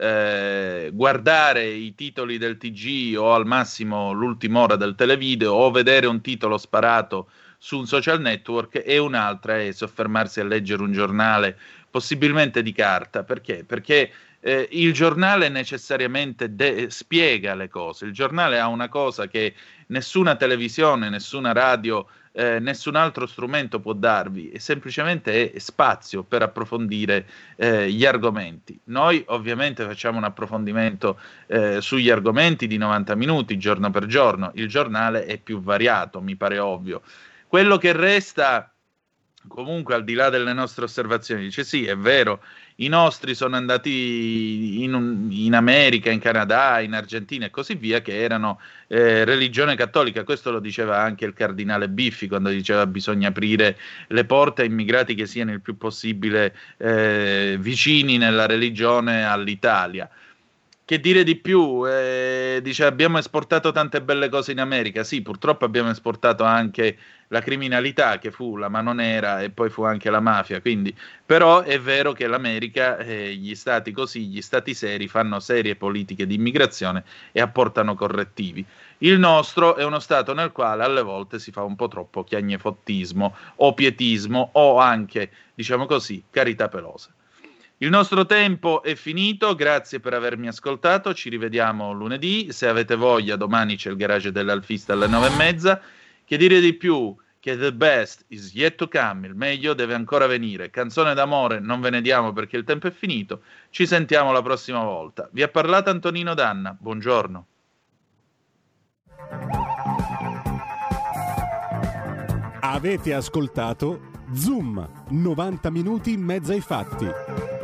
eh, guardare i titoli del T G o al massimo l'ultima ora del televideo o vedere un titolo sparato su un social network e un'altra è soffermarsi a leggere un giornale possibilmente di carta. Perché? Perché eh, il giornale necessariamente de- spiega le cose, il giornale ha una cosa che nessuna televisione, nessuna radio, Eh, nessun altro strumento può darvi, e semplicemente è spazio per approfondire eh, gli argomenti. Noi ovviamente facciamo un approfondimento eh, sugli argomenti di novanta minuti giorno per giorno, il giornale è più variato, mi pare ovvio. Quello che resta comunque, al di là delle nostre osservazioni, dice sì, è vero, i nostri sono andati in, un, in America, in Canada, in Argentina e così via, che erano eh, religione cattolica. Questo lo diceva anche il cardinale Biffi quando diceva bisogna aprire le porte a immigrati che siano il più possibile eh, vicini nella religione all'Italia. Che dire di più? Eh, dice abbiamo esportato tante belle cose in America. Sì, purtroppo abbiamo esportato anche la criminalità, che fu la mano nera e poi fu anche la mafia. Quindi, però è vero che l'America, eh, gli stati così, gli stati seri, fanno serie politiche di immigrazione e apportano correttivi. Il nostro è uno stato nel quale alle volte si fa un po' troppo chiagnefottismo o pietismo o anche, diciamo così, carità pelosa. Il nostro tempo è finito, grazie per avermi ascoltato, ci rivediamo lunedì, se avete voglia domani c'è il garage dell'Alfista alle nove e mezza. Che dire di più? Che the best is yet to come, il meglio deve ancora venire. Canzone d'amore non ve ne diamo perché il tempo è finito, ci sentiamo la prossima volta. Vi ha parlato Antonino Danna, buongiorno. Avete ascoltato Zoom, novanta minuti in mezzo ai fatti.